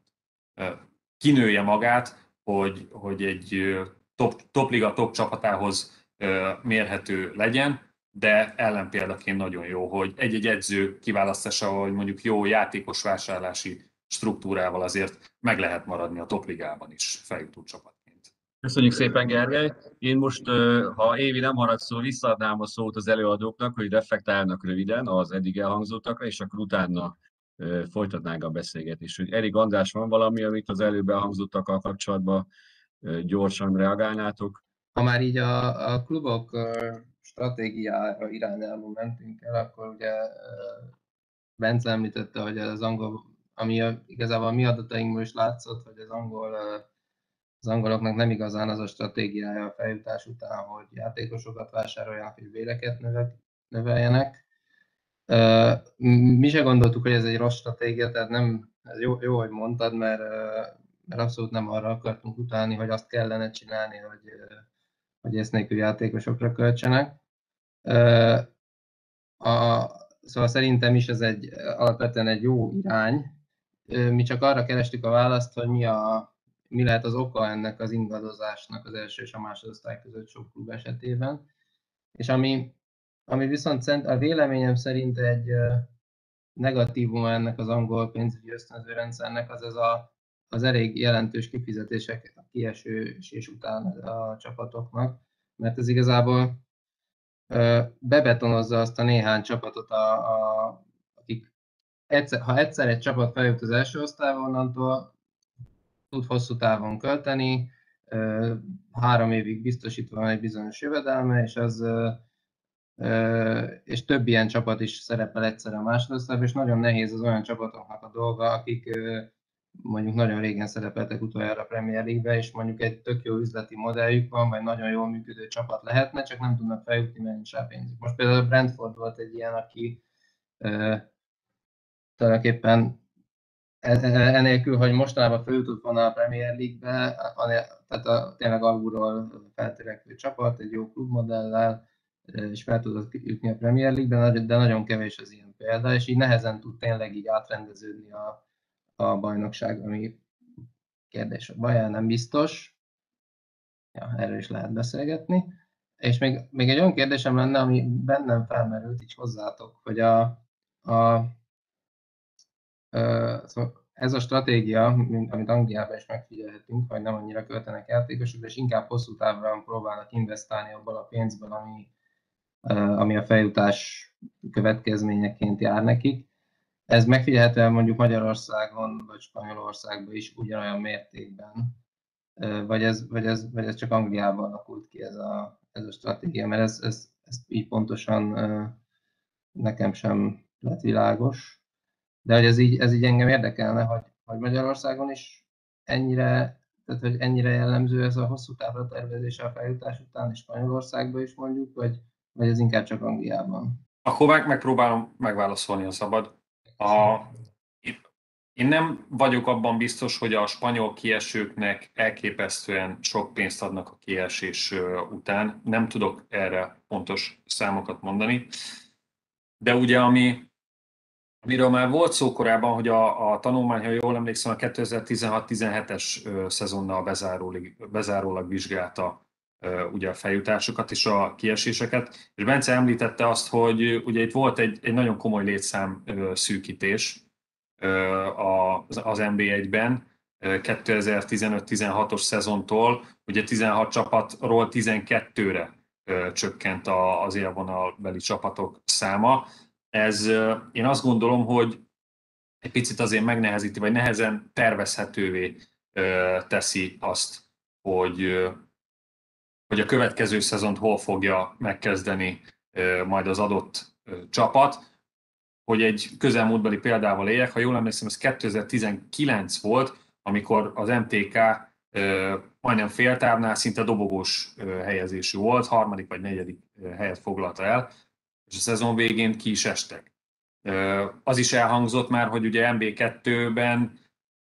S8: kinője magát, hogy, hogy egy top, topliga top csapatához mérhető legyen, de ellenpéldaként nagyon jó, hogy egy-egy edző kiválasztása, hogy mondjuk jó játékos vásárlási struktúrával azért meg lehet maradni a topligában is feljutó csapatként.
S2: Köszönjük szépen, Gergely! Én most, ha Évi nem harag szó, visszaadnám a szót az előadóknak, hogy reflektálnak röviden az eddig elhangzottakra, és akkor utána folytatnánk a beszélgetést. Erik, András, van valami, amit az előbb elhangzottakkal kapcsolatban gyorsan reagálnátok?
S4: Ha már így a, a klubok stratégiára irányába mentünk el, akkor ugye Bence említette, hogy az angol, ami a, igazából a mi adatainkból is látszott, hogy az angol az angoloknak nem igazán az a stratégiája a feljutás után, hogy játékosokat vásároljanak és béreket növeljenek. Mi se gondoltuk, hogy ez egy rossz stratégia, tehát nem, ez jó, jó hogy mondtad, mert, mert abszolút nem arra akartunk utalni, hogy azt kellene csinálni, hogy, hogy ezt nélkül játékosokra költsenek. A, szóval szerintem is ez egy, alapvetően egy jó irány. Mi csak arra kerestük a választ, hogy mi, a, mi lehet az oka ennek az ingadozásnak az első és a másodosztály között sok klub esetében. És ami, ami viszont a véleményem szerint egy negatívuma ennek az angol pénzügyi ösztönző rendszernek, az ez a, az elég jelentős kifizetések a kiesés után a csapatoknak, mert ez igazából bebetonozza azt a néhány csapatot, a, a, akik egyszer, ha egyszer egy csapat feljut az első osztályba, onnantól tud hosszú távon költeni, három évig biztosítva van egy bizonyos jövedelme, és, az, és több ilyen csapat is szerepel egyszerre a másodosztályban, és nagyon nehéz az olyan csapatoknak a dolga, akik mondjuk nagyon régen szerepeltek utoljára a Premier League-be, és mondjuk egy tök jó üzleti modelljük van, vagy nagyon jól működő csapat lehetne, csak nem tudnak feljutni, mert nincs rá pénzük. Most például a Brentford volt egy ilyen, aki e, tulajdonképpen enélkül, hogy mostanában feljutott volna a Premier League-be, tehát a, tényleg alulról feltörekvő csapat, egy jó klubmodellel, és fel tudott jutni a Premier League-be, de nagyon kevés az ilyen példa, és így nehezen tud tényleg így átrendeződni a a bajnokság, ami kérdés, a baján nem biztos. Ja, erről is lehet beszélgetni. És még, még egy olyan kérdésem lenne, ami bennem felmerült így hozzátok, hogy a, A, szóval ez a stratégia, amit Angliában is megfigyelhetünk, hogy nem annyira költenek játékosok, és inkább hosszú távon próbálnak investálni abból a pénzből, ami, ami a feljutás következményeként jár nekik. Ez megfigyelhető mondjuk Magyarországon vagy Spanyolországban is ugyanolyan mértékben, vagy ez, vagy ez, vagy ez csak Angliában alakult ki ez a, ez a stratégia, mert ez, ez, ez így pontosan nekem sem lett világos. De hogy ez így, ez így engem érdekelne, hogy, hogy Magyarországon is ennyire, tehát hogy ennyire jellemző ez a hosszú távra tervezés a feljutás után, és Spanyolországban is mondjuk, vagy, vagy ez inkább csak Angliában?
S8: Akkor meg, megpróbálom megválaszolni, a szabad. A, én nem vagyok abban biztos, hogy a spanyol kiesőknek elképesztően sok pénzt adnak a kiesés után. Nem tudok erre pontos számokat mondani. De ugye, ami, amiről már volt szó korábban, hogy a, a tanulmány, ha jól emlékszem, a kétezer-tizenhat tizenhetes szezonnal bezárólag, bezárólag vizsgálta ugye a feljutásokat és a kieséseket. És Bence említette azt, hogy ugye itt volt egy, egy nagyon komoly létszám szűkítés az en bé egyben kétezer-tizenöt tizenhatos szezontól, ugye tizenhat csapatról tizenkettőre csökkent az élvonalbeli csapatok száma. Ez, én azt gondolom, hogy egy picit azért megnehezíti, vagy nehezen tervezhetővé teszi azt, hogy, hogy a következő szezont hol fogja megkezdeni majd az adott csapat. Hogy egy közelmúltbeli példával éljek, ha jól emlékszem, ez kétezer-tizenkilenc volt, amikor az em té ká majdnem féltávnál szinte dobogós helyezésű volt, harmadik vagy negyedik helyet foglalta el, és a szezon végén ki is estek. Az is elhangzott már, hogy ugye em bé kettőben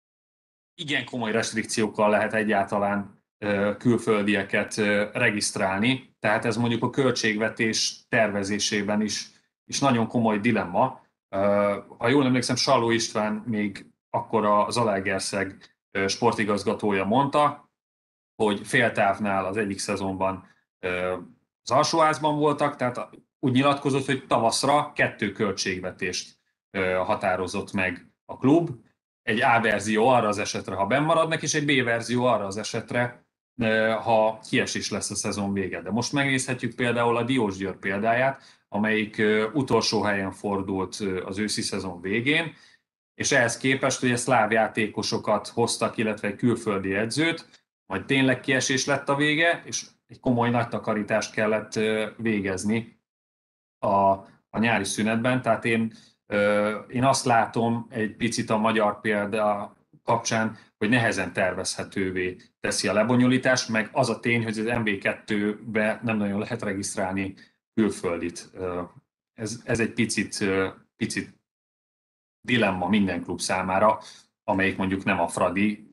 S8: igen komoly restrikciókkal lehet egyáltalán külföldieket regisztrálni, tehát ez mondjuk a költségvetés tervezésében is, is nagyon komoly dilemma. Ha jól emlékszem, Salló István még akkor a Zalaegerszeg sportigazgatója mondta, hogy féltávnál az egyik szezonban az alsóházban voltak, tehát úgy nyilatkozott, hogy tavaszra kettő költségvetést határozott meg a klub. Egy A verzió arra az esetre, ha benn maradnak, és egy B verzió arra az esetre, ha kiesés lesz a szezon vége. De most megnézhetjük például a Diósgyőr példáját, amelyik utolsó helyen fordult az őszi szezon végén, és ehhez képest ugye szláv játékosokat hoztak, illetve egy külföldi edzőt, majd tényleg kiesés lett a vége, és egy komoly nagy takarítást kellett végezni a, a nyári szünetben. Tehát én, én azt látom egy picit a magyar példa kapcsán, hogy nehezen tervezhetővé teszi a lebonyolítást, meg az a tény, hogy az em bé kettőbe nem nagyon lehet regisztrálni külföldit. Ez, ez egy picit, picit dilemma minden klub számára, amelyik mondjuk nem a Fradi,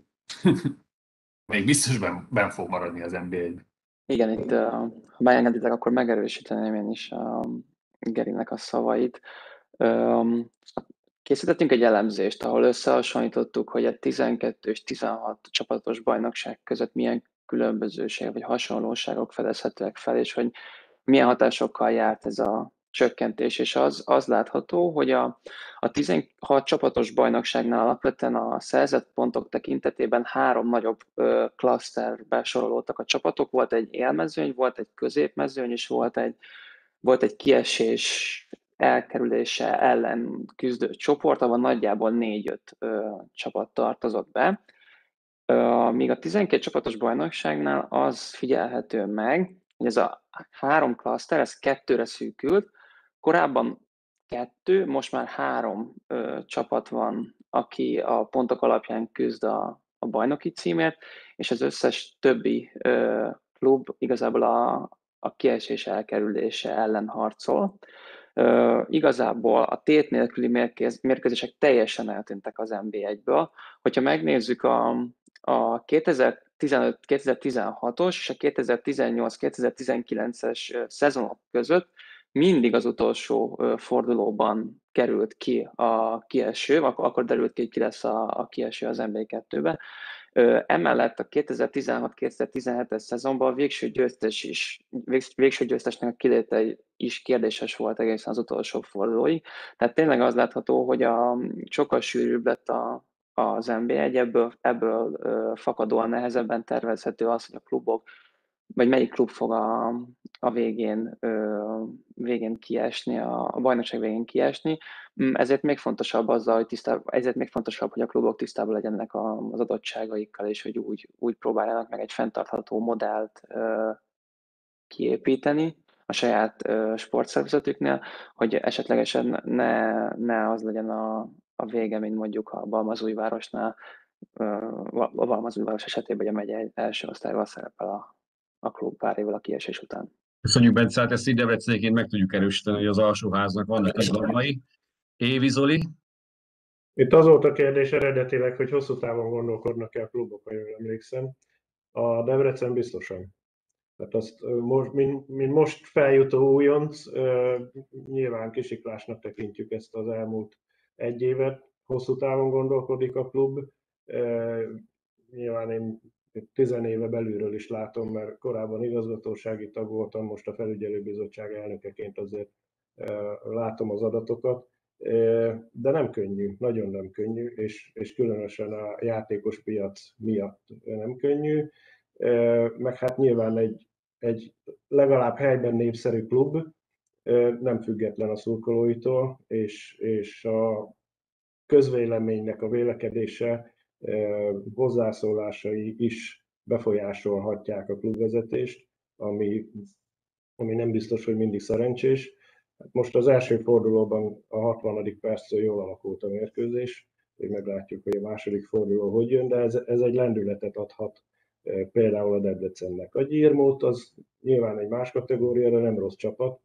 S8: amelyik biztos ben, ben fog maradni az en bé egyben.
S6: Igen, itt, ha megengeditek, akkor megerősíteném én is a Gerinek a szavait. Készítettünk egy elemzést, ahol összehasonlítottuk, hogy a tizenkettő és tizenhat csapatos bajnokság között milyen különbözőségek vagy hasonlóságok fedezhetőek fel, és hogy milyen hatásokkal járt ez a csökkentés, és az, az látható, hogy a, a tizenhat csapatos bajnokságnál alapvetően a szerzett pontok tekintetében három nagyobb ö, klaszterbe sorolódtak a csapatok. Volt egy élmezőny, volt egy középmezőny, és volt egy, volt egy kiesés elkerülése ellen küzdő csoport, ahol nagyjából négy-öt csapat tartozott be. Ö, míg a tizenkét csapatos bajnokságnál az figyelhető meg, hogy ez a három klaszter, ez kettőre szűkült. Korábban kettő, most már három ö, csapat van, aki a pontok alapján küzd a, a bajnoki címért, és az összes többi ö, klub igazából a, a kiesés elkerülése ellen harcol. Ö, igazából a tét nélküli mérkez, mérkőzések teljesen eltűntek az en bé egyből. Hogyha megnézzük a, a kétezer-tizenöt kétezer-tizenhatos és a kétezer-tizennyolc kétezer-tizenkilences szezonok között mindig az utolsó fordulóban került ki a kieső, akkor, akkor derült ki, hogy ki lesz a, a kieső az en bé kettőbe. Emellett a kétezer-tizenhat kétezer-tizenhetes szezonban a végső győztes is, végső győztesnek a kiléte is kérdéses volt egészen az utolsó fordulóig. Tehát tényleg az látható, hogy a, sokkal sűrűbb lett a, az en bé egy, ebből, ebből fakadóan nehezebben tervezhető az, hogy a klubok, vagy melyik klub fog a, a végén, végén kiesni, a, a bajnokság végén kiesni. Ezért még fontosabb azzal, hogy tisztább, ezért még fontosabb, hogy a klubok tisztában legyenek az adottságaikkal, és hogy úgy, úgy próbáljanak meg egy fenntartható modellt kiépíteni a saját sportszervezetüknél, hogy esetlegesen ne, ne az legyen a, a vége, mint mondjuk a Balmazújvárosnál, a Balmazújváros esetében, hogy a megye első osztályban szerepel a, a klub pár évvel a kiesés után.
S2: Köszönjük, Bence, hát ezt így Debrecenként meg tudjuk erősíteni, hogy az alsóháznak vannak izgalmai. Évi Zoli?
S7: Itt az volt a kérdés eredetileg, hogy hosszú távon gondolkodnak-e a klubok, ha jól emlékszem. A Debrecen biztosan. Tehát azt most, mint, mint most feljutó újonc, nyilván kisiklásnak tekintjük ezt az elmúlt egy évet. Hosszú távon gondolkodik a klub. Nyilván én tizenéve belülről is látom, mert korábban igazgatósági tag voltam, most a felügyelőbizottság elnökeként azért látom az adatokat. De nem könnyű, nagyon nem könnyű, és, és különösen a játékos piac miatt nem könnyű. Meg hát nyilván egy, egy legalább helyben népszerű klub, nem független a szurkolóitól, és, és a közvéleménynek a vélekedése, hozzászólásai is befolyásolhatják a klubvezetést, ami, ami nem biztos, hogy mindig szerencsés. Most az első fordulóban a hatvanadik perctől jól alakult a mérkőzés, még meglátjuk, hogy a második forduló hogy jön, de ez, ez egy lendületet adhat például a Debrecennek. A Gyirmót az nyilván egy más kategória, de nem rossz csapat,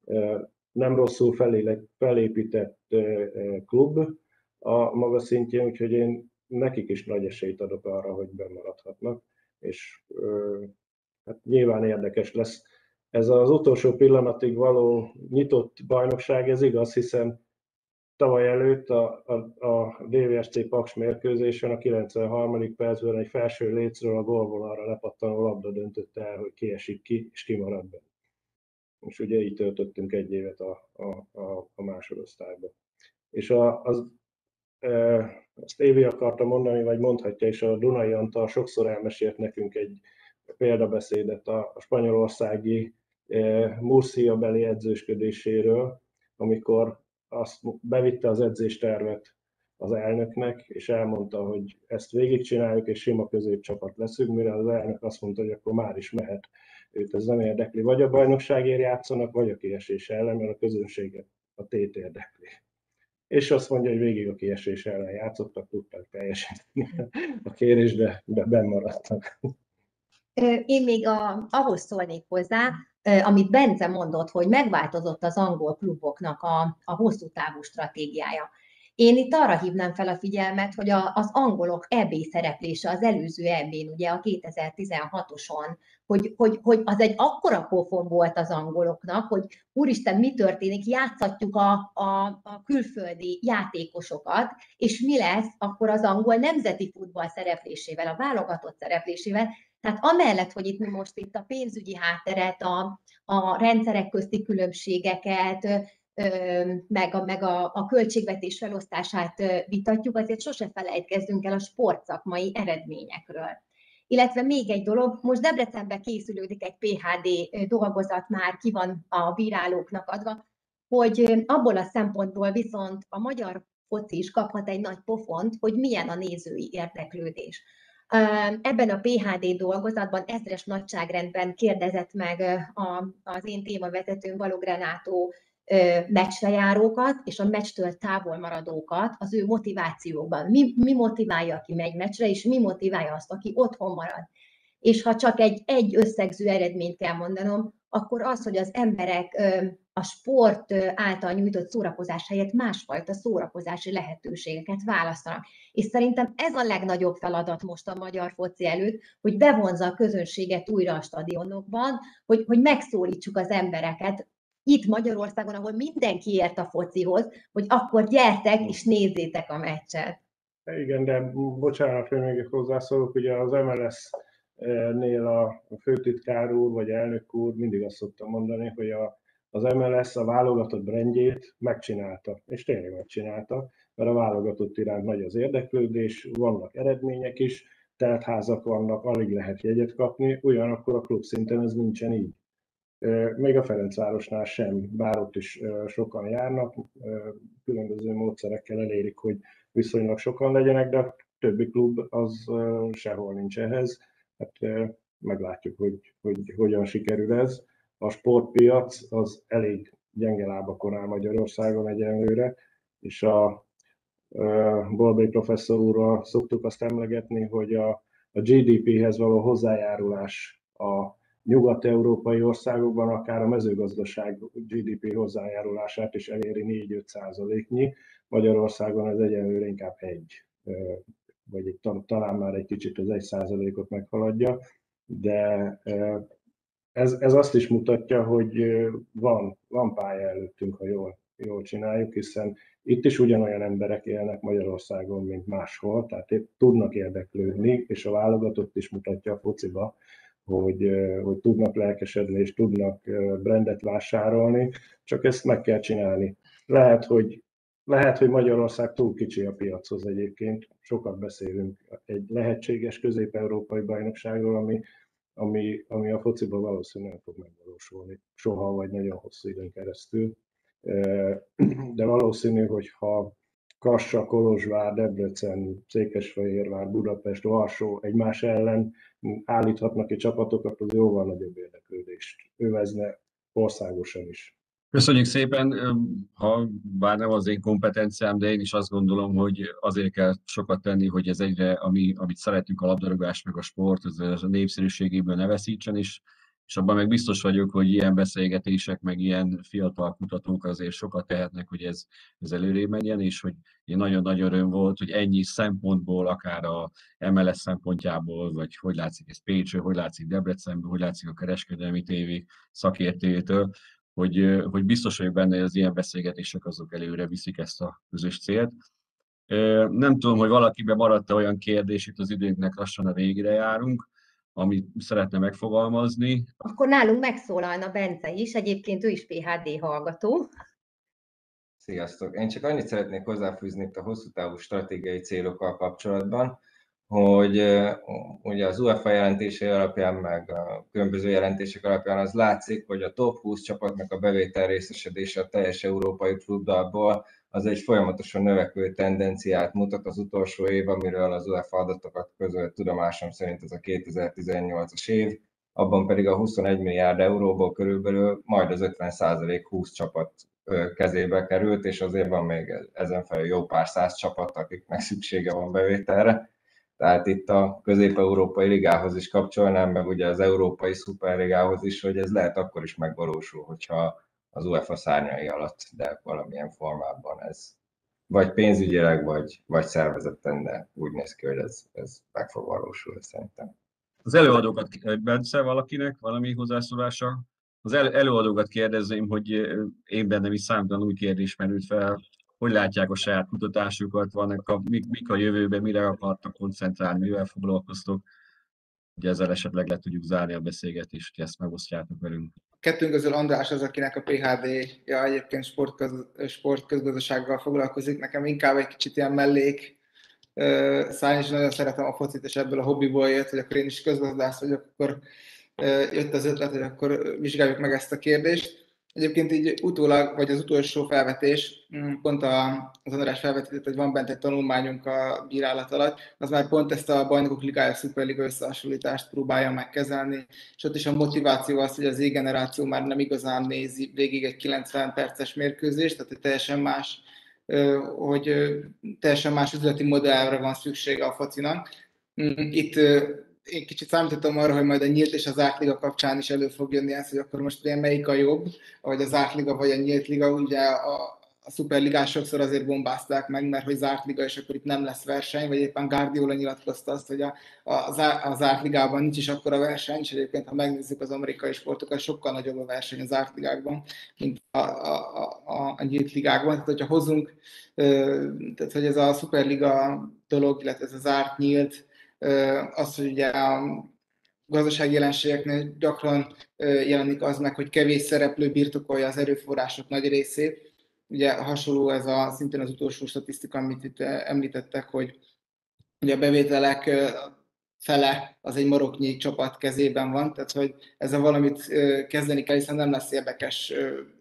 S7: nem rosszul felépített klub a maga szintjén, úgyhogy én nekik is nagy esélyt adok arra, hogy bemaradhatnak, és hát nyilván érdekes lesz. Ez az utolsó pillanatig való nyitott bajnokság, ez igaz, hiszen tavaly előtt a, a, a dé vé es cé Paks mérkőzésen a kilencvenharmadik percben egy felső lécről a gólvonalra lepattanó labda döntötte el, hogy ki esik ki, és ki marad benne. És ugye így töltöttünk egy évet a, a, a, a másodosztályban. És a, az, e, azt Évi akarta mondani, vagy mondhatja is, a Dunai Antal sokszor elmesélt nekünk egy példabeszédet a, a spanyolországi e, Murcia beli edzősködéséről, amikor azt bevitte az edzéstervet az elnöknek, és elmondta, hogy ezt végigcsináljuk, és sima középcsapat leszünk, mire az elnök azt mondta, hogy akkor már is mehet. Őt ez nem érdekli. Vagy a bajnokságért játszanak, vagy a kiesés ellen, mert a közönséget a tét érdekli. És azt mondja, hogy végig a kiesés ellen játszottak, tudták teljesíteni a kérés, de, de benn maradtak.
S5: Én még a, ahhoz szólnék hozzá, amit Bence mondott, hogy megváltozott az angol kluboknak a, a hosszú távú stratégiája. Én itt arra hívnám fel a figyelmet, hogy a, az angolok é bé szereplése az előző é bén, ugye a kétezer-tizenhatoson, hogy, hogy, hogy az egy akkora pofon volt az angoloknak, hogy úristen, mi történik, játszhatjuk a, a, a külföldi játékosokat, és mi lesz akkor az angol nemzeti futball szereplésével, a válogatott szereplésével. Tehát amellett, hogy itt mi most itt a pénzügyi hátteret, a, a rendszerek közti különbségeket, meg a, meg a, a költségvetés felosztását vitatjuk, azért sose felejtkezzünk el a sportszakmai eredményekről. Illetve még egy dolog, most Debrecenben készülődik egy pé há dé dolgozat, már ki van a bírálóknak adva, hogy abból a szempontból viszont a magyar foci is kaphat egy nagy pofont, hogy milyen a nézői érdeklődés. Ebben a pé há dé dolgozatban ezres nagyságrendben kérdezett meg az én témavezetőm Balog Renátó meccsrejárókat és a meccstől távol maradókat az ő motivációkban. Mi, mi motiválja, aki megy meccsre, és mi motiválja azt, aki otthon marad. És ha csak egy, egy összegző eredményt kell mondanom, akkor az, hogy az emberek a sport által nyújtott szórakozás helyett másfajta szórakozási lehetőségeket választanak. És szerintem ez a legnagyobb feladat most a magyar foci előtt, hogy bevonza a közönséget újra a stadionokban, hogy, hogy megszólítsuk az embereket, itt Magyarországon, ahol mindenki ért a focihoz, hogy akkor gyertek és nézzétek a meccset.
S7: Igen, de bocsánat, hogy még hozzászólok, ugye az em el es-nél a főtitkár úr vagy elnök úr mindig azt szokta mondani, hogy a, az em el es a válogatott brandjét megcsinálta, és tényleg megcsinálta, mert a válogatott iránt nagy az érdeklődés, vannak eredmények is, teltházak vannak, alig lehet jegyet kapni, ugyanakkor a klub szinten ez nincsen így. Még a Ferencvárosnál sem, bár ott is sokan járnak, különböző módszerekkel elérik, hogy viszonylag sokan legyenek, de a többi klub az sehol nincs ehhez. Hát meglátjuk, hogy, hogy hogyan sikerül ez. A sportpiac az elég gyenge lábakon áll Magyarországon egyenlőre, és a Bolbély professzor úrral szoktuk azt emlegetni, hogy a, a gé dé pé-hez való hozzájárulás a nyugat-európai országokban akár a mezőgazdaság gé dé pé hozzájárulását is eléri négy-öt százaléknyi, Magyarországon ez egyenlőre inkább egy, vagy egy, talán már egy kicsit az egy százalékot meghaladja, de ez, ez azt is mutatja, hogy van, van pálya előttünk, ha jól, jól csináljuk, hiszen itt is ugyanolyan emberek élnek Magyarországon, mint máshol, tehát itt tudnak érdeklődni, és a válogatott is mutatja a fociba, hogy, hogy tudnak lelkesedni és tudnak brandet vásárolni, csak ezt meg kell csinálni. Lehet, hogy, lehet, hogy Magyarország túl kicsi a piachoz egyébként, sokat beszélünk egy lehetséges közép-európai bajnokságról, ami, ami, ami a fociban valószínűleg nem fog megvalósulni soha, vagy nagyon hosszú időn keresztül. De valószínű, hogyha Kassa, Kolozsvár, Debrecen, Székesfehérvár, Budapest, Varsó egymás ellen állíthatnak ki csapatokat, az jóval nagyobb érdeklődést övezne országosan is.
S2: Köszönjük szépen, ha bár nem az én kompetenciám, de én is azt gondolom, hogy azért kell sokat tenni, hogy ez egyre, ami, amit szeretünk, a labdarúgás meg a sport, ez a népszerűségéből ne veszítsen is, és abban meg biztos vagyok, hogy ilyen beszélgetések, meg ilyen fiatal kutatók azért sokat tehetnek, hogy ez, ez előrébb menjen, és hogy én nagyon-nagy öröm volt, hogy ennyi szempontból, akár a em el es szempontjából, vagy hogy látszik ez Pécsről, hogy látszik Debrecenből, hogy látszik a kereskedelmi tévé szakértőjétől, hogy, hogy biztos vagyok benne, hogy az ilyen beszélgetések azok előre viszik ezt a közös célt. Nem tudom, hogy valakiben maradt-e olyan kérdés, itt az időnknek lassan a végére járunk, amit szeretne megfogalmazni.
S5: Akkor nálunk megszólalna Bence is, egyébként ő is pé há dé hallgató.
S9: Sziasztok! Én csak annyit szeretnék hozzáfűzni itt a hosszú távú stratégiai célokkal kapcsolatban, hogy ugye az UEFA jelentései alapján, meg a különböző jelentések alapján az látszik, hogy a top húsz csapatnak a bevétel részesedése a teljes európai klubdalból az egy folyamatosan növekvő tendenciát mutat az utolsó év, amiről az UEFA adatokat közölt tudomásom szerint ez a kétezer-tizennyolcas év, abban pedig a huszonegy milliárd euróból körülbelül majd az ötven százalék húsz csapat kezébe került, és azért van még ezen felül jó pár száz csapat, akiknek szüksége van bevételre. Tehát itt a közép-európai ligához is kapcsolnám, meg ugye az európai szuperligához is, hogy ez lehet akkor is megvalósul, hogyha az UEFA szárnyai alatt, de valamilyen formában ez vagy pénzügyileg, vagy, vagy szervezetten, de úgy néz ki, hogy ez, ez meg fog valósulni szerintem.
S2: Az előadókat, Bence, valakinek valami hozzászólása? Az el, előadókat kérdezném, hogy én bennem is számtalan új kérdés merült fel, hogy látják a saját kutatásukat, vannak a, mik, mik a jövőben, mire akartak koncentrálni, mivel foglalkoztok, hogy ezzel esetleg le tudjuk zárni a beszélgetést, hogy ezt megosztjátok velünk.
S3: Kettőnk közül András az, akinek a pé há dé-ja egyébként sportköz, sportközgazdasággal foglalkozik, nekem inkább egy kicsit ilyen mellék szállni, és nagyon szeretem a focit, és ebből a hobbiból jött, hogy akkor én is közgazdász vagyok, akkor jött az ötlet, hogy akkor vizsgáljuk meg ezt a kérdést. Egyébként így utólag, vagy az utolsó felvetés, pont az András felvetített, hogy van bent egy tanulmányunk a bírálat alatt, az már pont ezt a Bajnokok Ligája, Szuperliga összehasonlítást próbálja megkezelni, és ott is a motiváció az, hogy az Z-generáció már nem igazán nézi végig egy kilencven perces mérkőzést, tehát egy teljesen más, hogy teljesen más üzleti modellre van szüksége a focinak. Itt én kicsit számítottam arra, hogy majd a nyílt és az zárt liga kapcsán is elő fog jönni ez, hogy akkor most ugye melyik a jobb, vagy a zárt liga vagy a nyílt liga. Ugye a, a szuperligát sokszor azért bombázták meg, mert hogy zárt liga, és akkor itt nem lesz verseny, vagy éppen Guardiola nyilatkozta azt, hogy a, a, a zárt ligában nincs is akkora verseny, és egyébként, ha megnézzük az amerikai sportokat, sokkal nagyobb a verseny a zárt ligákban, mint a, a, a, a nyílt ligákban. Tehát, hogyha hozunk, tehát, hogy ez a szuperliga dolog, illetve ez a zárt nyílt, az, hogy ugye a gazdasági jelenségeknél gyakran jelenik az meg, hogy kevés szereplő birtokolja az erőforrások nagy részét. Ugye hasonló ez a szintén az utolsó statisztika, amit itt említettek, hogy ugye a bevételek fele az egy maroknyi csapat kezében van, tehát hogy ezzel valamit kezdeni kell, hiszen nem lesz érdekes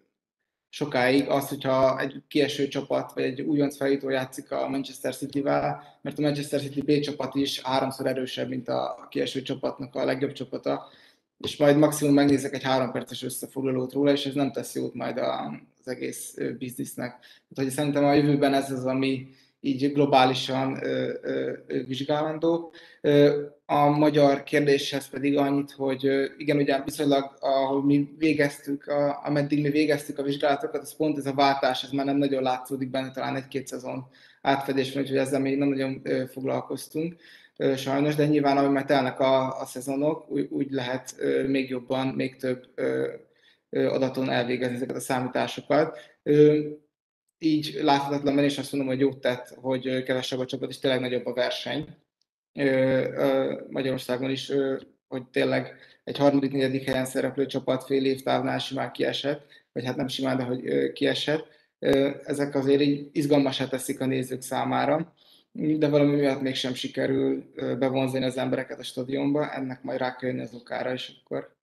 S3: sokáig az, hogyha egy kieső csapat, vagy egy újonc feljutó játszik a Manchester Cityvel, mert a Manchester City B csapat is háromszor erősebb, mint a kieső csapatnak a legjobb csapata, és majd maximum megnézek egy három perces összefoglalót róla, és ez nem tesz jót majd az egész biznisznek. Tehát, hogy szerintem a jövőben ez az, ami így globálisan ö, ö, ö, vizsgálandó. Ö, a magyar kérdéshez pedig annyit, hogy ö, igen, ugye viszonylag, ahogy mi végeztük, a, ameddig mi végeztük a vizsgálatokat, az pont ez a váltás, ez már nem nagyon látszódik benne, talán egy-két szezon átfedés van, úgyhogy ezzel még nem nagyon ö, foglalkoztunk. Sajnos, de nyilván, ahogy már telnek a, a szezonok, úgy, úgy lehet ö, még jobban, még több ö, ö, adaton elvégezni ezeket a számításokat. Ö, így láthatatlanban is azt mondom, hogy jót tett, hogy kevesebb a csapat, és tényleg nagyobb a verseny. Ö, ö, Magyarországon is, ö, hogy tényleg egy harmadik, negyedik helyen szereplő csapat fél év távnál simán kiesett, vagy hát nem simán, de hogy ö, kiesett. Ö, ezek azért így izgalmasá teszik a nézők számára, de valami miatt mégsem sikerül bevonzani az embereket a stadionba, ennek majd rá kell jönni az okára, és akkor,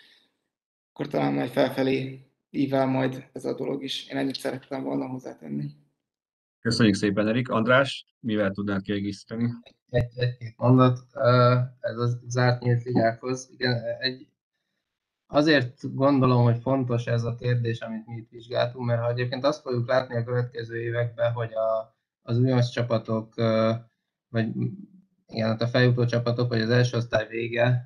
S3: akkor talán majd felfelé ível majd ez a dolog is. Én ennyit szerettem volna hozzátenni.
S2: Köszönjük szépen, Erik. András, mivel tudnál kiegészíteni?
S4: Egy, egy-két mondat, ez a zárt nyílt ligákhoz. Igen, egy, azért gondolom, hogy fontos ez a kérdés, amit mi itt vizsgáltunk, mert ha egyébként azt fogjuk látni a következő években, hogy a, az újonc csapatok, vagy igen, a feljutó csapatok, vagy az első osztály vége,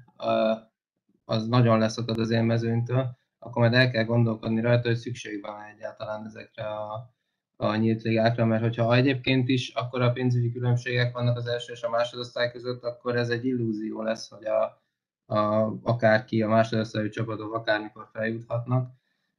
S4: az nagyon leszakad az én mezőnytől, akkor majd el kell gondolkodni rajta, hogy szükség van egyáltalán ezekre a, a nyílt ligákra, mert hogyha egyébként is akkor a pénzügyi különbségek vannak az első és a másodosztály között, akkor ez egy illúzió lesz, hogy a, a, akárki, a másodosztályú csapatok akármikor feljuthatnak.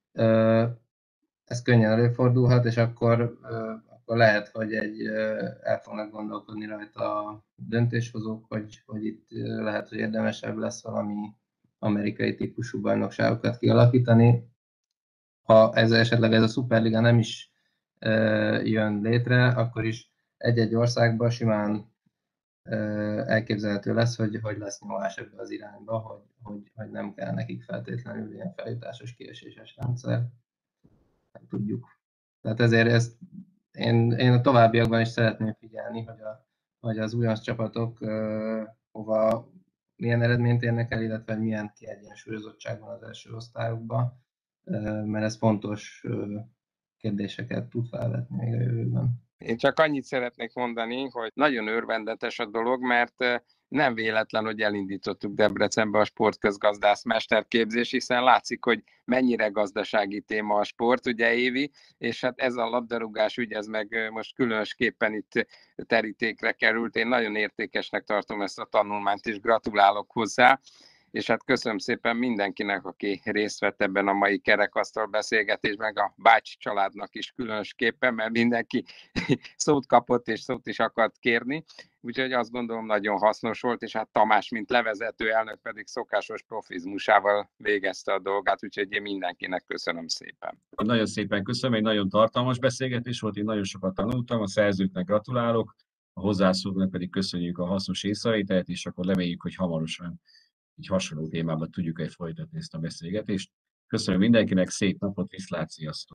S4: Ez könnyen előfordulhat, és akkor, akkor lehet, hogy egy, el fognak gondolkodni rajta a döntéshozók, hogy, hogy itt lehet, hogy érdemesebb lesz valami amerikai típusú bajnokságokat kialakítani. Ha ez esetleg ez a szuperliga nem is e, jön létre, akkor is egy-egy országban simán e, elképzelhető lesz, hogy, hogy lesz nyomás ebbe az irányba, hogy, hogy, hogy nem kell nekik feltétlenül ilyen feljutásos kieséses rendszer. Nem tudjuk. Tehát ezért ezt én, én a továbbiakban is szeretném figyelni, hogy, a, hogy az újonc csapatok e, hova milyen eredményt érnek el, illetve milyen kiegyensúlyozottság van az első osztályokban, mert ez fontos kérdéseket tud felvetni még a jövőben.
S10: Én csak annyit szeretnék mondani, hogy nagyon örvendetes a dolog, mert nem véletlen, hogy elindítottuk Debrecenbe a sportközgazdász mesterképzés, hiszen látszik, hogy mennyire gazdasági téma a sport, ugye Évi, és hát ez a labdarúgás ügy, ez meg most különösképpen itt terítékre került. Én nagyon értékesnek tartom ezt a tanulmányt, és gratulálok hozzá. És hát köszönöm szépen mindenkinek, aki részt vett ebben a mai kerekasztal beszélgetésben, meg a Bács családnak is különösképpen, mert mindenki szót kapott és szót is akart kérni. Úgyhogy azt gondolom nagyon hasznos volt, és hát Tamás, mint levezető elnök pedig szokásos profizmusával végezte a dolgát, úgyhogy én mindenkinek köszönöm szépen.
S2: Nagyon szépen köszönöm, egy nagyon tartalmas beszélgetés volt, én nagyon sokat tanultam, a szerzőknek gratulálok, a hozzászólóknak pedig köszönjük a hasznos észrevételt, és akkor reméljük, hogy hamarosan így hasonló témában tudjuk egy folytatni ezt a beszélgetést. Köszönöm mindenkinek, szép napot, viszlát, sziasztok!